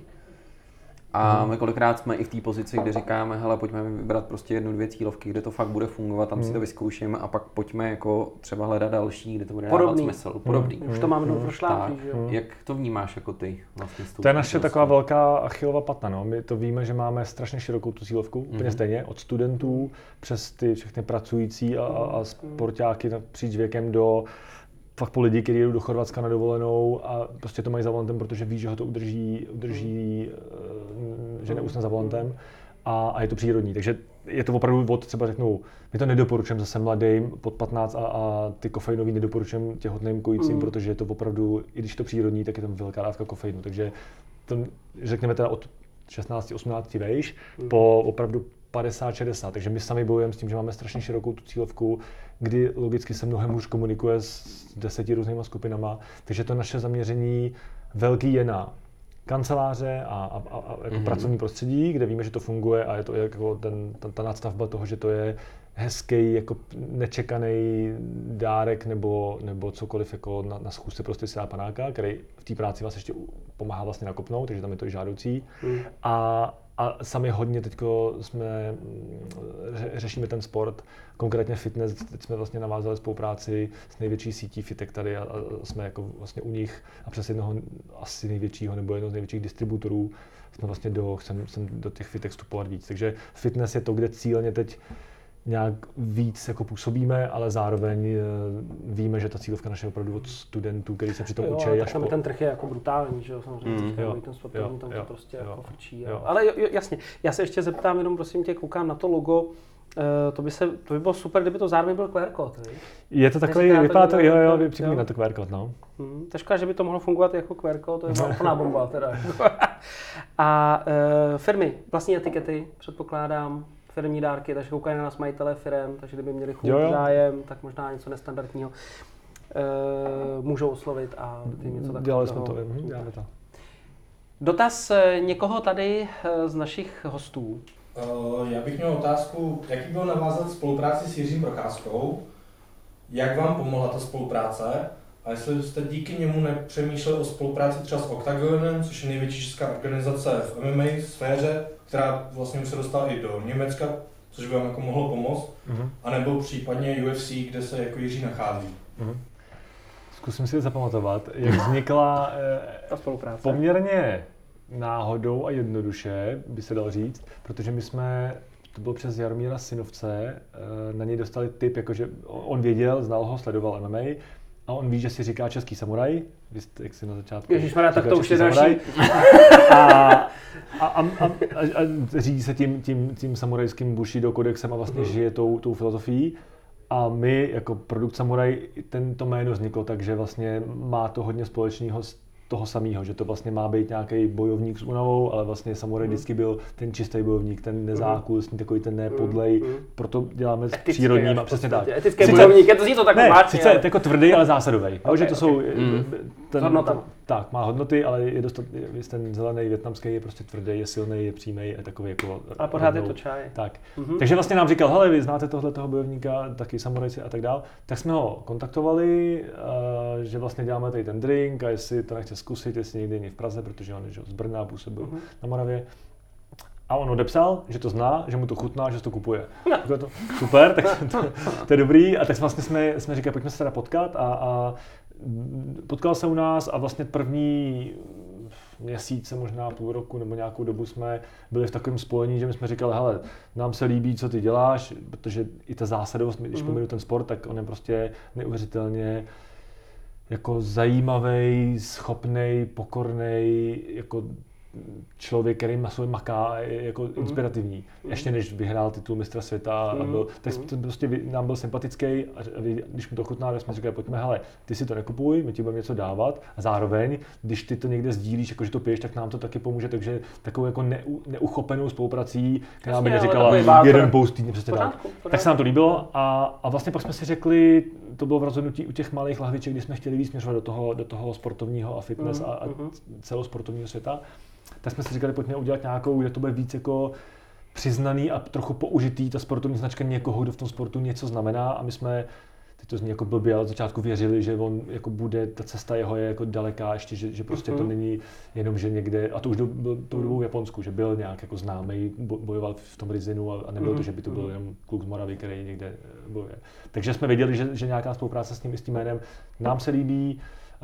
A my kolikrát jsme i v té pozici, kde říkáme, hele, pojďme vybrat prostě 1-2 cílovky, kde to fakt bude fungovat, tam si to vyzkoušíme a pak pojďme jako třeba hledat další, kde to bude dávat smysl. Podobný. Už to máme prošláplý, že jo? Jak to vnímáš jako ty vlastně? To je naše taková velká Achillova pata, no. My to víme, že máme strašně širokou tu cílovku, úplně stejně, od studentů přes ty všechny pracující a sportáky napříč věkem do fakt po lidi, kteří jedou do Chorvatska na dovolenou a prostě to mají za volantem, protože ví, že ho to udrží že neusne za volantem a je to přírodní. Takže je to opravdu od třeba řeknu, my to nedoporučujeme zase mladým pod 15 a ty kofeinový nedoporučujeme těhotným kojícím, protože je to opravdu, i když je to přírodní, tak je tam velká dávka kofeinu. Takže to řekněme teda od 16-18 vejš po opravdu 50-60, takže my sami bojujeme s tím, že máme strašně širokou tu cílovku, kdy logicky se mnohem hůř komunikuje s 10 různýma skupinama, takže to naše zaměření velký je na kanceláře a jako pracovní prostředí, kde víme, že to funguje a je to jako ta nadstavba toho, že to je hezký, jako nečekaný dárek nebo cokoliv jako na schůzce prostě si dá panáka, který v té práci vás ještě pomáhá vlastně nakopnout, takže tam je to i žádoucí. A sami hodně teďko řešíme ten sport, konkrétně fitness. Teď jsme vlastně navázali spolupráci s největší sítí fitek tady a jsme jako vlastně u nich a přes jednoho asi největšího nebo jednoho z největších distributorů jsme vlastně chcem do těch fitek vstupovat víc. Takže fitness je to, kde cíleně teď nějak víc jako působíme, ale zároveň víme, že ta cílovka naše je opravdu od studentů, kteří se přitom učí. Tak tam ten trh je jako brutální, že jo, samozřejmě, ten sportovní tam to prostě jako frčí. Ale jasně, já se ještě zeptám, jenom prosím tě, koukám na to logo, to by bylo super, kdyby to zároveň byl QR kód, ne? Je to takový, vypadá to, připomíná to QR kód, no. To škoda, že by to mohlo fungovat jako QR kód, to je úplná bomba teda. A firmy, vlastní etikety, předpokládám, firmní dárky, takže koukají na nás majitelé firem, takže kdyby měli chuť, zájem, tak možná něco nestandardního můžou oslovit a jim něco takového. Dělali jsme to, děláme to. Dotaz někoho tady z našich hostů. Já bych měl otázku, jaký bylo navázat spolupráci s Jiřím Procházkou, jak vám pomohla ta spolupráce a jestli jste díky němu nepřemýšleli o spolupráci třeba s Octagonem, což je největší česká organizace v MMA sféře, která vlastně už se dostala i do Německa, což by vám jako mohlo pomoct, anebo případně UFC, kde se jako Jiří nachází. Zkusím si zapamatovat, jak vznikla ta spolupráce. Poměrně náhodou a jednoduše, by se dalo říct, protože my jsme, to bylo přes Jaromíra Synovce, na něj dostali tip, jakože on věděl, znal ho, sledoval MMA, a on ví, že si říká český samuraj, jak si na začátku Ježišmarja, tak to už je další. A řídí se tím samurajským Bushido kodexem a vlastně žije tou filozofií. A my jako produkt Samuraj, to jméno vzniklo, takže vlastně má to hodně společného s toho samého, že to vlastně má být nějaký bojovník s únavou, ale vlastně Samuraj vždycky byl ten čistý bojovník, ten nezákusný, takový ten nepodlej, proto děláme s přírodním a přesně tak. Etický bojovník, je to zní to tak máčně. Sice jako tvrdý, ale zásadový. Že to jsou hodnota. Tak, má hodnoty, ale je ten zelený vietnamský je prostě tvrdý, je silný, je přímý, je takový jako. Ale pořád je to čaj. Tak. Takže vlastně nám říkal, hele, vy znáte toho bojovníka, taky samurajci a tak dál. Tak jsme ho kontaktovali, že vlastně děláme tady ten drink a jestli to nechce zkusit, jestli někdy není v Praze, protože on je z Brna, působil na Moravě. A on odepsal, že to zná, že mu to chutná, že to kupuje. To, super, tak to je dobrý. A tak vlastně jsme říkali, pojďme se teda potkat a potkal se u nás a vlastně první měsíce, možná půl roku nebo nějakou dobu jsme byli v takovém spojení, že my jsme říkali, hele, nám se líbí, co ty děláš, protože i ta zásadovost, když pominu ten sport, tak on je prostě neuvěřitelně jako zajímavý, schopnej, pokornej, jako člověk, který na sobě maká, je jako inspirativní. Ještě než vyhrál titul mistra světa a byl, tak prostě nám byl sympatický a když mu to chutná, tak jsme říkali, pojďme, hele, ty si to nekupuj, my ti budeme něco dávat a zároveň, když ty to někde sdílíš, jakože to piješ, tak nám to taky pomůže, takže takovou jako neuchopenou spoluprací, která by neříkala jeden post týdně, přesně tak. Tak se nám to líbilo a vlastně pak jsme si řekli, to bylo v rozhodnutí u těch malých lahviček, kdy jsme chtěli víc směřovat do toho sportovního a fitness a celosportovního světa. Tak jsme si říkali, pojďme udělat nějakou, kde to bude víc jako přiznaný a trochu použitý ta sportovní značka někoho, kdo v tom sportu něco znamená a my jsme, teď to zní jako blbě, ale od začátku věřili, že on jako bude, ta cesta jeho je jako daleká ještě, že prostě to není jenom, že někde, a to už byl tou dobou v Japonsku, že byl nějak jako známý, bojoval v tom Rizinu a nebylo to, že by to byl jenom kluk z Moravy, který někde bojuje. Takže jsme věděli, že nějaká spolupráce s ním i s tím jménem nám se líbí,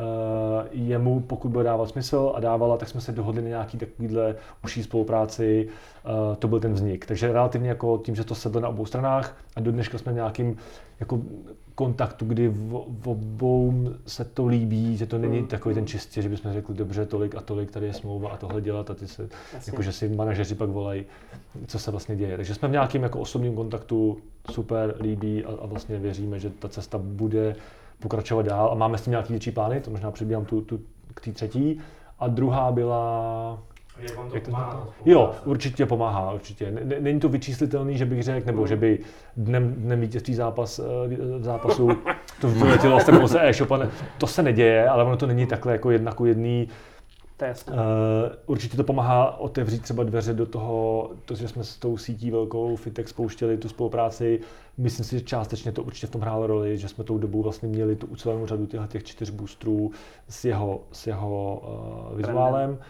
jemu, pokud bude dávat smysl a dávala, tak jsme se dohodli na nějaký takovýhle užší spolupráci, to byl ten vznik. Takže relativně jako tím, že to sedlo na obou stranách a do dneška jsme v nějakým jako kontaktu, kdy v obou se to líbí, že to není takový ten čistě, že bychom řekli dobře tolik a tolik, tady je smlouva a tohle dělat a ty se, jako, že si manažeři pak volají, co se vlastně děje. Takže jsme v nějakým jako osobním kontaktu, super, líbí a vlastně věříme, že ta cesta bude pokračovat dál a máme s tím nějaký větší plány, to možná předbíhám k té třetí. A druhá byla... Jak vám to pomáhá? Jo, určitě pomáhá, určitě. Není to vyčíslitelný, že bych řekl, nebo že by dnem vítězství zápasu to vyletělo vlastně nebo se e-shopa, to se neděje, ale ono to není takhle jako jedna ku jedný. Určitě to pomáhá otevřít třeba dveře do toho, že jsme s tou sítí velkou Fitex spouštěli tu spolupráci. Myslím si, že částečně to určitě v tom hrálo roli, že jsme tou dobou vlastně měli tu ucelenou řadu těch 4 boostrů s jeho vizuálem.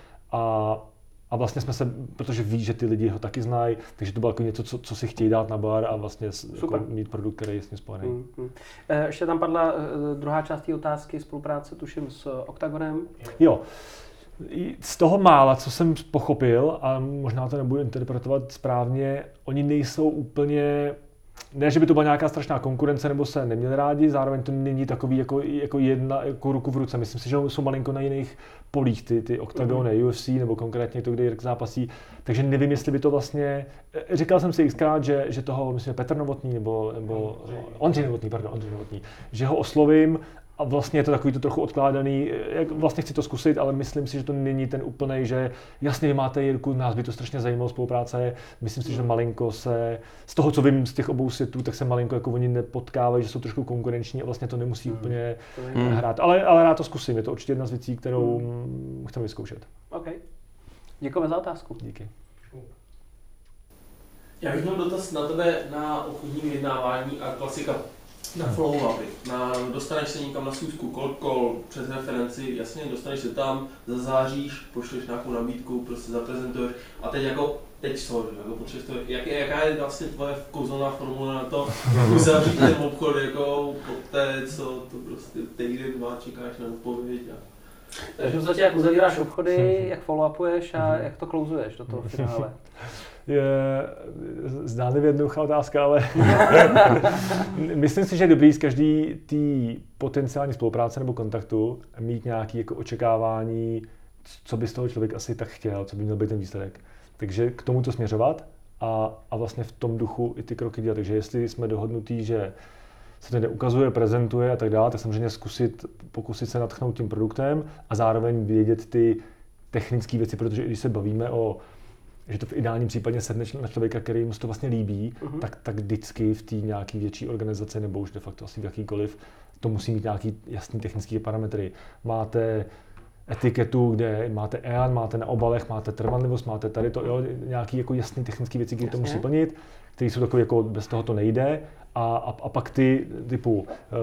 A vlastně jsme se, protože ví, že ty lidi ho taky znají, takže to bylo jako něco, co si chtějí dát na bar a vlastně jako mít produkt, který je s ním spojený. Ještě tam padla druhá část té otázky, spolupráce tuším s Octagonem. Jo. Z toho mála, co jsem pochopil, a možná to nebudu interpretovat správně, oni nejsou úplně, ne, že by to byla nějaká strašná konkurence, nebo se neměli rádi, zároveň to není takový jako jedna jako ruku v ruce. Myslím si, že jsou malinko na jiných polích, ty Octagony, UFC, nebo konkrétně to, kde Jirk zápasí. Takže nevím, jestli by to vlastně, říkal jsem si xkrát, že toho, myslím, Petr Novotný, nebo Ondřej Novotný, že ho oslovím. A vlastně je to takový to trochu odkládaný, vlastně chci to zkusit, ale myslím si, že to není ten úplnej, že jasně vy máte Jirku, nás by to strašně zajímalo spolupráce, myslím si, že malinko se, z toho, co vím z těch obou světů, tak se malinko jako oni nepotkávají, že jsou trošku konkurenční a vlastně to nemusí úplně hrát, ale rád to zkusím, je to určitě jedna z věcí, kterou chceme vyzkoušet. OK. Děkujeme za otázku. Díky. Já bych měl dotaz na tebe na obchodní vyjednávání a klasika. Na follow-upy, dostaneš se někam na schůzku, cold call, přes referenci, jasně, dostaneš se tam, zazáříš, pošleš nějakou nabídku, prostě zaprezentuješ a teď co, jako potřebuješ to, jaká je vlastně tvoje kouzelná formule na to, jak uzavřít ten obchod, jako poté, co to prostě týden, 2 čekáš na odpověď Takže v podstatě jak uzavíráš obchody, jak follow-upuješ a jak to klouzuješ do toho finále. Je zdánlivě jednoduchá otázka, ale myslím si, že je dobrý z každý té potenciální spolupráce nebo kontaktu mít nějaké jako očekávání, co by z toho člověk asi tak chtěl, co by měl být ten výsledek. Takže k tomu to směřovat a vlastně v tom duchu i ty kroky dělat. Takže jestli jsme dohodnutí, že se to neukazuje, prezentuje a tak dále, tak samozřejmě pokusit se natchnout tím produktem a zároveň vědět ty technické věci, protože když se bavíme že to v ideálním případě sedneš na člověka, který mu to vlastně líbí, tak vždycky v té nějaký větší organizaci nebo už de facto asi v jakýkoliv, to musí mít nějaký jasný technické parametry. Máte etiketu, kde máte EAN, máte na obalech, máte trvanlivost, máte tady to, jo, nějaký jako jasný technické věci, které to musí plnit, které jsou takové jako bez toho to nejde. A pak ty typu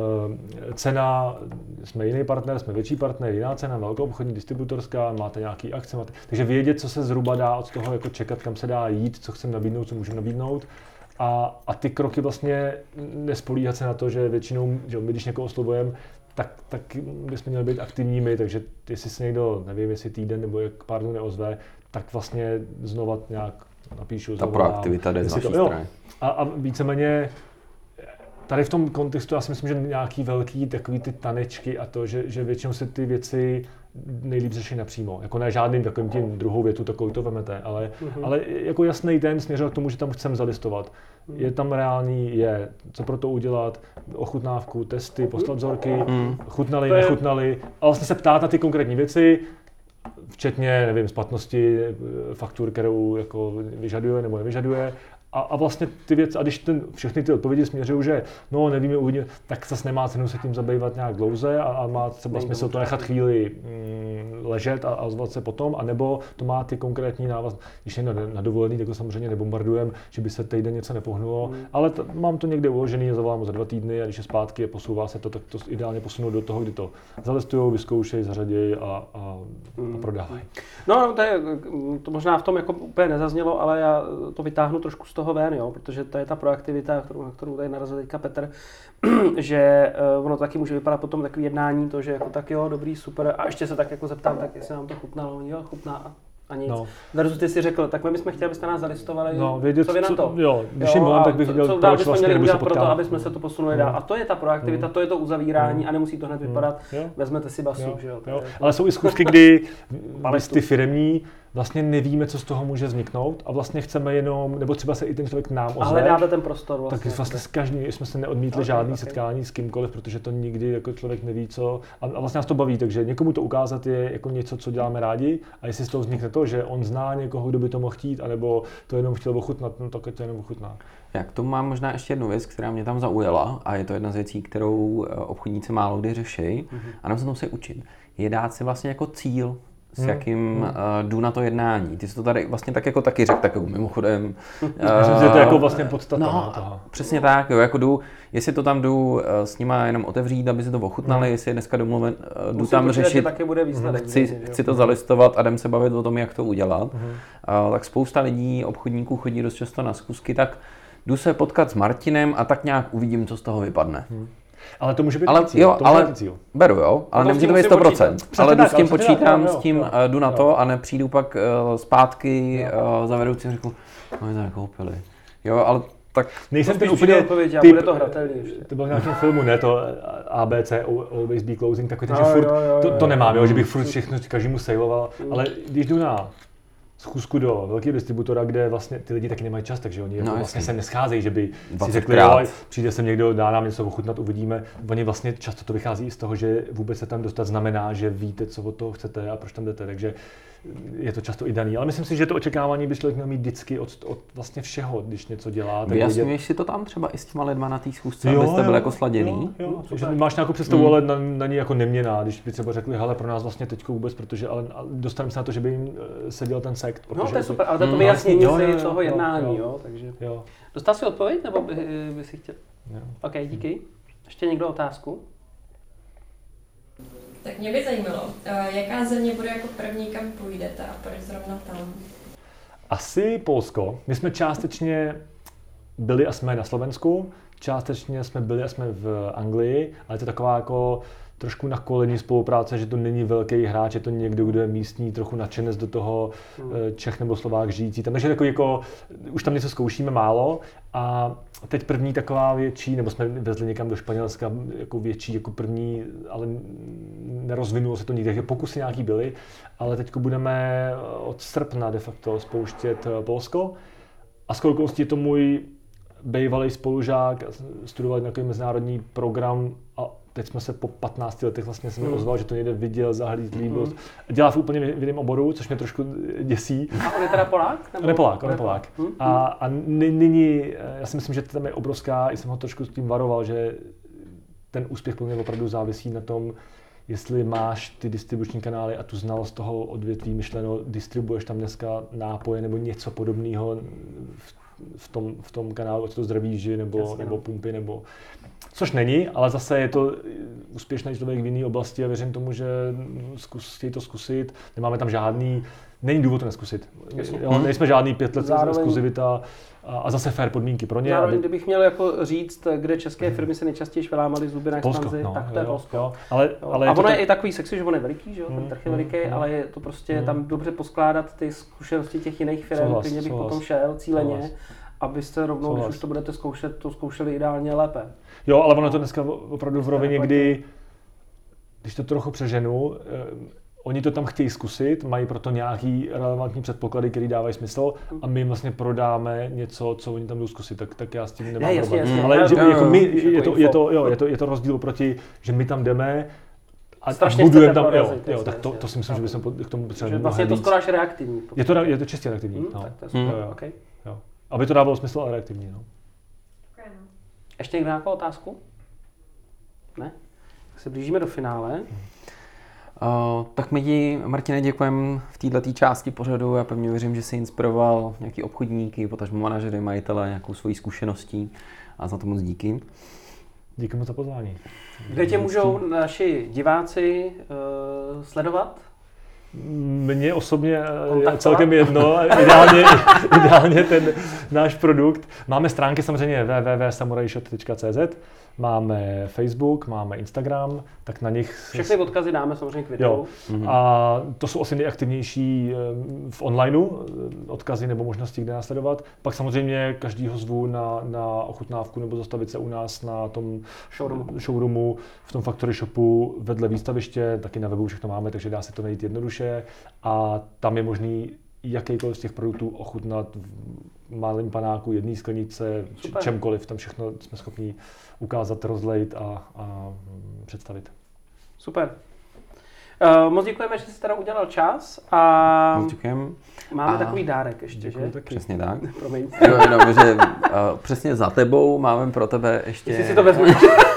cena, jsme jiný partner, jsme větší partner, jiná cena, velkou obchodní, distributorská, máte nějaký akce, takže vědět, co se zhruba dá od toho jako čekat, kam se dá jít, co chceme nabídnout, co můžeme nabídnout. A ty kroky vlastně nespolíhat se na to, že většinou, že my když někoho oslovujeme, tak bychom měli být aktivními, takže jestli se někdo, nevím, jestli týden nebo jak pár dnů neozve, tak vlastně znova nějak napíšu. Ta proaktivita jde z naší strany. A víceméně tady v tom kontextu já si myslím, že nějaký velký takový ty tanečky a to, že většinou se ty věci nejlíp řeší napřímo. Jako ne žádným takovým tím druhou větu, takovou to vemete, ale jako jasný ten směřovat k tomu, že tam chceme zalistovat. Je tam reálný, co pro to udělat, ochutnávku, testy, poslat vzorky, chutnali, nechutnali a vlastně se ptát na ty konkrétní věci, včetně, nevím, splatnosti faktur, kterou jako vyžaduje nebo nevyžaduje. A vlastně ty věci, a když všechny ty odpovědi směřují, že no nevíme, uvidíme, tak zase nemá cenu se tím zabývat nějak dlouze a má třeba smysl to nechat chvíli ležet a ozvat se potom, anebo to má ty konkrétní návaz. Když někdo na dovolený, tak to samozřejmě nebombardujem, že by se týden něco nepohnulo, ale mám to někde uložený, zavolám za 2 týdny a když je zpátky a posouvá se to, tak to ideálně posunou do toho, kdy to zalistujou, vyzkoušejí, zařadějí a prodávají. No, to možná v tom jako úplně nezaznělo, ale já to vytáhnu trošku z toho ven, jo, protože to je ta proaktivita, kterou tady narazil teďka Petr, že ono taky může vypadat potom takový jednání, to, že jako tak jo, dobrý, super, a ještě se tak jako zeptám, tak jestli nám to chutnalo, jo, chutná a nic. No. Versus ty si řekl, tak my bychom chtěli, abyste nás zalistovali, vědět, co vy na to. Jo, když jim volám, tak bych viděl, proč vlastně měli udělat pro to, aby jsme se to posunuli dál. A to je ta proaktivita, to je to uzavírání a nemusí to hned vypadat, vezmete si basu, že jo. Ale jsou i schůzky, kdy ty firemní vlastně nevíme, co z toho může vzniknout a vlastně chceme jenom, nebo třeba se i ten člověk nám ozve. Ale dáte ten prostor vlastně. Tak vlastně s každým jsme se neodmítli žádný setkání s kýmkoliv, protože to nikdy jako člověk neví, co. A vlastně nás to baví, takže někomu to ukázat je jako něco, co děláme rádi a jestli z toho vznikne to, že on zná někoho, kdo by to mohl chtít, anebo to jenom chtěl ochutnat, no tak to jenom ochutná. Já k tomu mám možná ještě jednu věc, která mě tam zaujala a je to jedna z věcí, kterou obchodníci málo kdy řeší a nám se to musí učit. Je dát si vlastně jako cíl, s jakým jdu na to jednání. Ty jsi to tady vlastně tak jako taky řekl, tak jako mimochodem. Myslím, že to je jako vlastně podstata toho. Přesně tak, jo, jako jestli to tam jdu s nima jenom otevřít, aby si to ochutnali, jestli je dneska domluven, jdu tam řešit, taky bude výsledek, chci to zalistovat a jdem se bavit o tom, jak to udělat. Tak spousta lidí, obchodníků chodí dost často na schůzky, tak jdu se potkat s Martinem a tak nějak uvidím, co z toho vypadne. Ale to může být cíl. Jo, ale beru, jo, ale nemusí to být 100%. Ale jdu s tím počítám, s tím jdu na to a nepřijdu pak zpátky za vedoucím a řeknu, no je to koupili. Jo, ale tak... Nejsem ten úplně typ, bude to hratelný ještě. To bylo v nějakém filmu, ne, to ABC, Always Be Closing, takový ten, že furt, to nemám, jo, že bych furt všechno každému sejloval, ale když jdu na schůzku do velkého distributora, kde vlastně ty lidi taky nemají čas, takže oni jako vlastně se nescházejí, že by si řekli, jo, přijde sem někdo, dá nám něco ochutnat, uvidíme. Oni vlastně často to vychází i z toho, že vůbec se tam dostat znamená, že víte, co od toho chcete a proč tam jdete, takže je to často i daný. Ale myslím si, že to očekávání by člověk měl mít vždycky od vlastně všeho, když něco dělá. Vyjasňuješ si to tam třeba i s těma lidma na té schůzce, abyste byli jako sladěný? Jo, že máš nějakou představu, ale na ní jako neměná, když by třeba řekli, hele, pro nás vlastně teďko vůbec, protože ale dostaneme se na to, že by jim seděl ten sekt. No to je super, ale to je to vyjasnění si toho jednání, jo, takže. Dostal jsi odpověď, nebo by si chtěl? OK, díky. Ještě někdo otázku? Tak mě by zajímalo, jaká země bude jako první, kam půjdete a proč zrovna tam? Asi Polsko. My jsme částečně byli a jsme na Slovensku, částečně jsme byli a jsme v Anglii, ale to je taková jako trošku na kolení spolupráce, že to není velký hráč, je to někdo, kdo je místní, trochu nadšenec do toho Čech nebo Slovák žijící. Takže takový jako, už tam něco zkoušíme málo a teď první taková větší, nebo jsme vezli někam do Španělska jako větší, jako první, ale nerozvinulo se to nikde, pokusy nějaký byly, ale teď budeme od srpna de facto spouštět Polsko a s okolností je to můj bývalý spolužák, studoval nějaký mezinárodní program a teď jsme se po 15 letech vlastně jsem ozval, že to někde viděl, zahlíd, líbil. Dělá v úplně v jiném oboru, což mě trošku děsí. A on je teda Polák? On je Polák. A nyní, já si myslím, že tam je obrovská, jsem ho trošku s tím varoval, že ten úspěch pro mě opravdu závisí na tom, jestli máš ty distribuční kanály a tu znalost toho odvětví, myšleno, distribuuješ tam dneska nápoje nebo něco podobného v tom kanálu, ať to zdraví ži nebo pumpy, nebo což není, ale zase je to úspěšný člověk v jiné oblasti a věřím tomu, že chtějí to zkusit. Nemáme tam není důvod to neskusit. Nejsme žádný 5 let exkluzivita a zase fair podmínky pro ně. Zároveň, kdybych měl jako říct, kde české firmy se nejčastěji vylámaly zuby na expanzi, tak to je Polsko. Ale a ono je i takový sexy, že on je veliký, že jo, ten trh je veliký, ale je to prostě tam dobře poskládat ty zkušenosti těch jiných firm, klidně bych potom šel cíleně, abyste rovnou, když už to budete zkoušet, to zkoušeli ideálně lépe. Jo, ale ono to dneska opravdu v rovině, kdy, když to trochu přeženu, oni to tam chtějí zkusit, mají proto nějaký relevantní předpoklady, které dávají smysl a my jim vlastně prodáme něco, co oni tam jdou zkusit, tak já s tím nemám problém. Ale že jako my, je to rozdíl oproti, že my tam jdeme a budujeme tam, tak to si myslím, že bychom k tomu potřebovali. Vlastně je to skoro až reaktivní. Je to čistě reaktivní. Tak to je super, okay. aby to dávalo smysl a reaktivní. No. Ještě někdo nějakou otázku? Ne? Tak se blížíme do finále. Tak my ti, Martine, děkujeme v této části pořadu. Já pevně věřím, že jsi inspiroval nějaký obchodníky, potažmo manažery, majitele, nějakou svojí zkušeností a za to moc díky. Díky moc za pozvání. Kde tě můžou naši diváci sledovat? Mně osobně je celkem jedno, ideálně ten náš produkt. Máme stránky samozřejmě www.samurajshop.cz, máme Facebook, máme Instagram, tak na nich... Všechny odkazy dáme samozřejmě k videu. Jo. A to jsou asi nejaktivnější v onlineu odkazy nebo možnosti, kde nás sledovat. Pak samozřejmě každýho zvu na ochutnávku nebo zastavit se u nás na tom showroomu, v tom Factory Shopu vedle výstaviště, taky na webu všechno máme, takže dá se to najít jednoduše a tam je možný jakýkoliv z těch produktů ochutnat v malém panáku, jedné sklenice, čemkoliv, tam všechno jsme schopni ukázat, rozlejt a představit. Super. Moc děkujeme, že jsi teda udělal čas a moc děkujeme. Máme takový dárek ještě, že? Taky. Přesně tak. Promiň. Jo, jenom, že přesně za tebou máme pro tebe ještě... Jestli si to vezmu.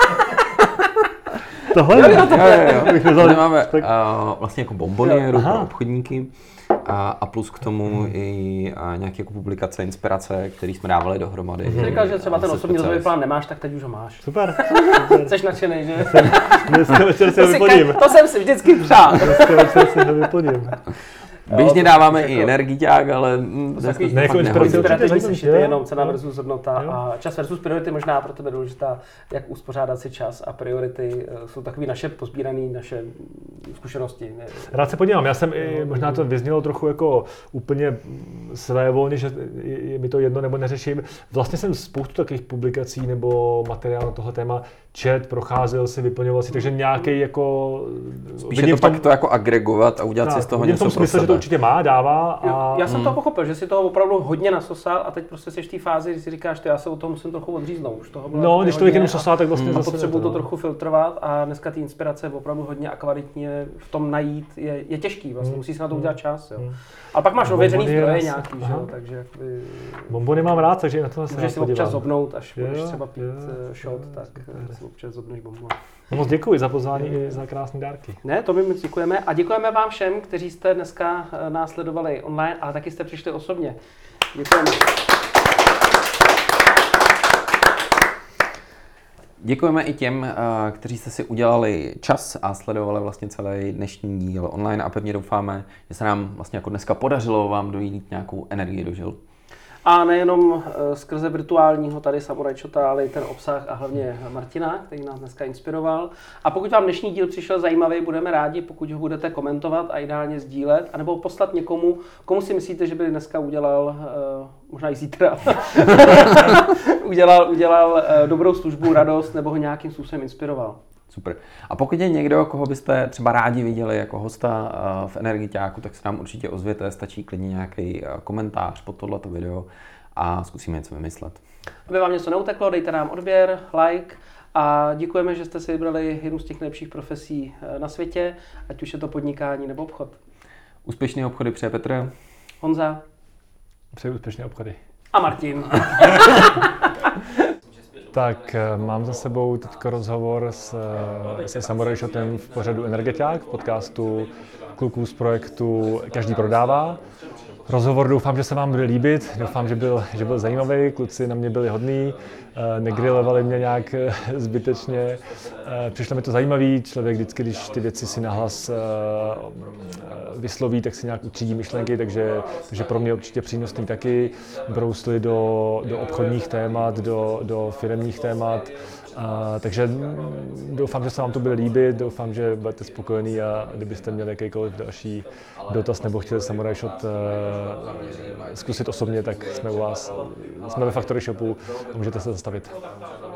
Tohle? Jo. Tady máme vlastně jako bomboniéru pro obchodníky a plus k tomu i nějaké jako publikace, inspirace, které jsme dávali dohromady. Jsi říkal, že třeba ten osobní rozvojový plán nemáš, tak teď už ho máš. Super. Jsi nadšenej, že? Dneska večer si ho vyplním. To jsem si vždycky přál. Dneska večer si ho vyplním. Běžně dáváme i energiťák, ale ne, jako inspirativní sešity, jenom cena versus hodnota a čas versus priority možná pro tebe důležitá, jak uspořádat si čas a priority jsou takový naše pozbírané, naše zkušenosti. Rád se podívám, já jsem i, možná to vyznělo trochu jako úplně svévolně, že je mi to jedno nebo neřeším. Vlastně jsem spoustu takových publikací nebo materiálů na tohle téma čet, procházel si, vyplňoval si, takže nějaký jako... Spíš je to pak to jako agregovat a udělat si z toho něco pro sebe. Že to určitě má, dává. A... Já jsem to pochopil, že si toho opravdu hodně nasosal a teď prostě jsi v té fázi, kdy si říkáš, já se o tom musím trochu odříznout. Už toho no, když to jenom sosá, tak vlastně zase potřebuju to trochu filtrovat a dneska ty inspirace opravdu hodně a kvalitně v tom najít je těžký, vlastně musí se na to udělat čas. Jo. A pak máš ověřený zdroje nějaký, že jo, takže jakoby... Bombony mám rád, takže na to se můžeš si občas zobnout, až budeš třeba pít shot, tak si občas zobneš bombon. No moc děkuji za pozvání i za krásné dárky. Ne, to my moc děkujeme a děkujeme vám všem, kteří jste dneska nás sledovali online, ale taky jste přišli osobně. Děkujeme. Děkujeme i těm, kteří jste si udělali čas a sledovali vlastně celý dnešní díl online a pevně doufáme, že se nám vlastně jako dneska podařilo vám dojít nějakou energii do žil. A nejenom skrze virtuálního tady Samuraj Shota, ale i ten obsah a hlavně Martina, který nás dneska inspiroval. A pokud vám dnešní díl přišel zajímavý, budeme rádi, pokud ho budete komentovat a ideálně sdílet, anebo poslat někomu, komu si myslíte, že by dneska udělal, možná i zítra, udělal dobrou službu, radost, nebo ho nějakým způsobem inspiroval. Super. A pokud je někdo, koho byste třeba rádi viděli jako hosta v Energiťáku, tak se nám určitě ozvěte, stačí klidně nějaký komentář pod tohleto video a zkusíme něco vymyslet. Aby vám něco neuteklo, dejte nám odběr, like a děkujeme, že jste si vybrali jednu z těch nejlepších profesí na světě, ať už je to podnikání nebo obchod. Úspěšné obchody přeje Petr. Honza. Přeji úspěšné obchody. A Martin. Tak mám za sebou teďka rozhovor se Samuraj Shotem v pořadu Energeťák, v podcastu kluků z projektu Každý prodává. Rozhovor doufám, že se vám bude líbit, doufám, že byl zajímavý, kluci na mě byli hodní, negrilovali mě nějak zbytečně. Přišlo mi to zajímavý, člověk vždycky, když ty věci si nahlas vysloví, tak si nějak utřídí myšlenky, takže pro mě určitě přínosný taky. Brousli do obchodních témat, do firemních témat. Takže doufám, že se vám to bude líbit, doufám, že budete spokojení a kdybyste měli jakýkoliv další dotaz nebo chtěli Samuraj Shot zkusit osobně, tak jsme u vás, jsme ve Factory Shopu a můžete se zastavit.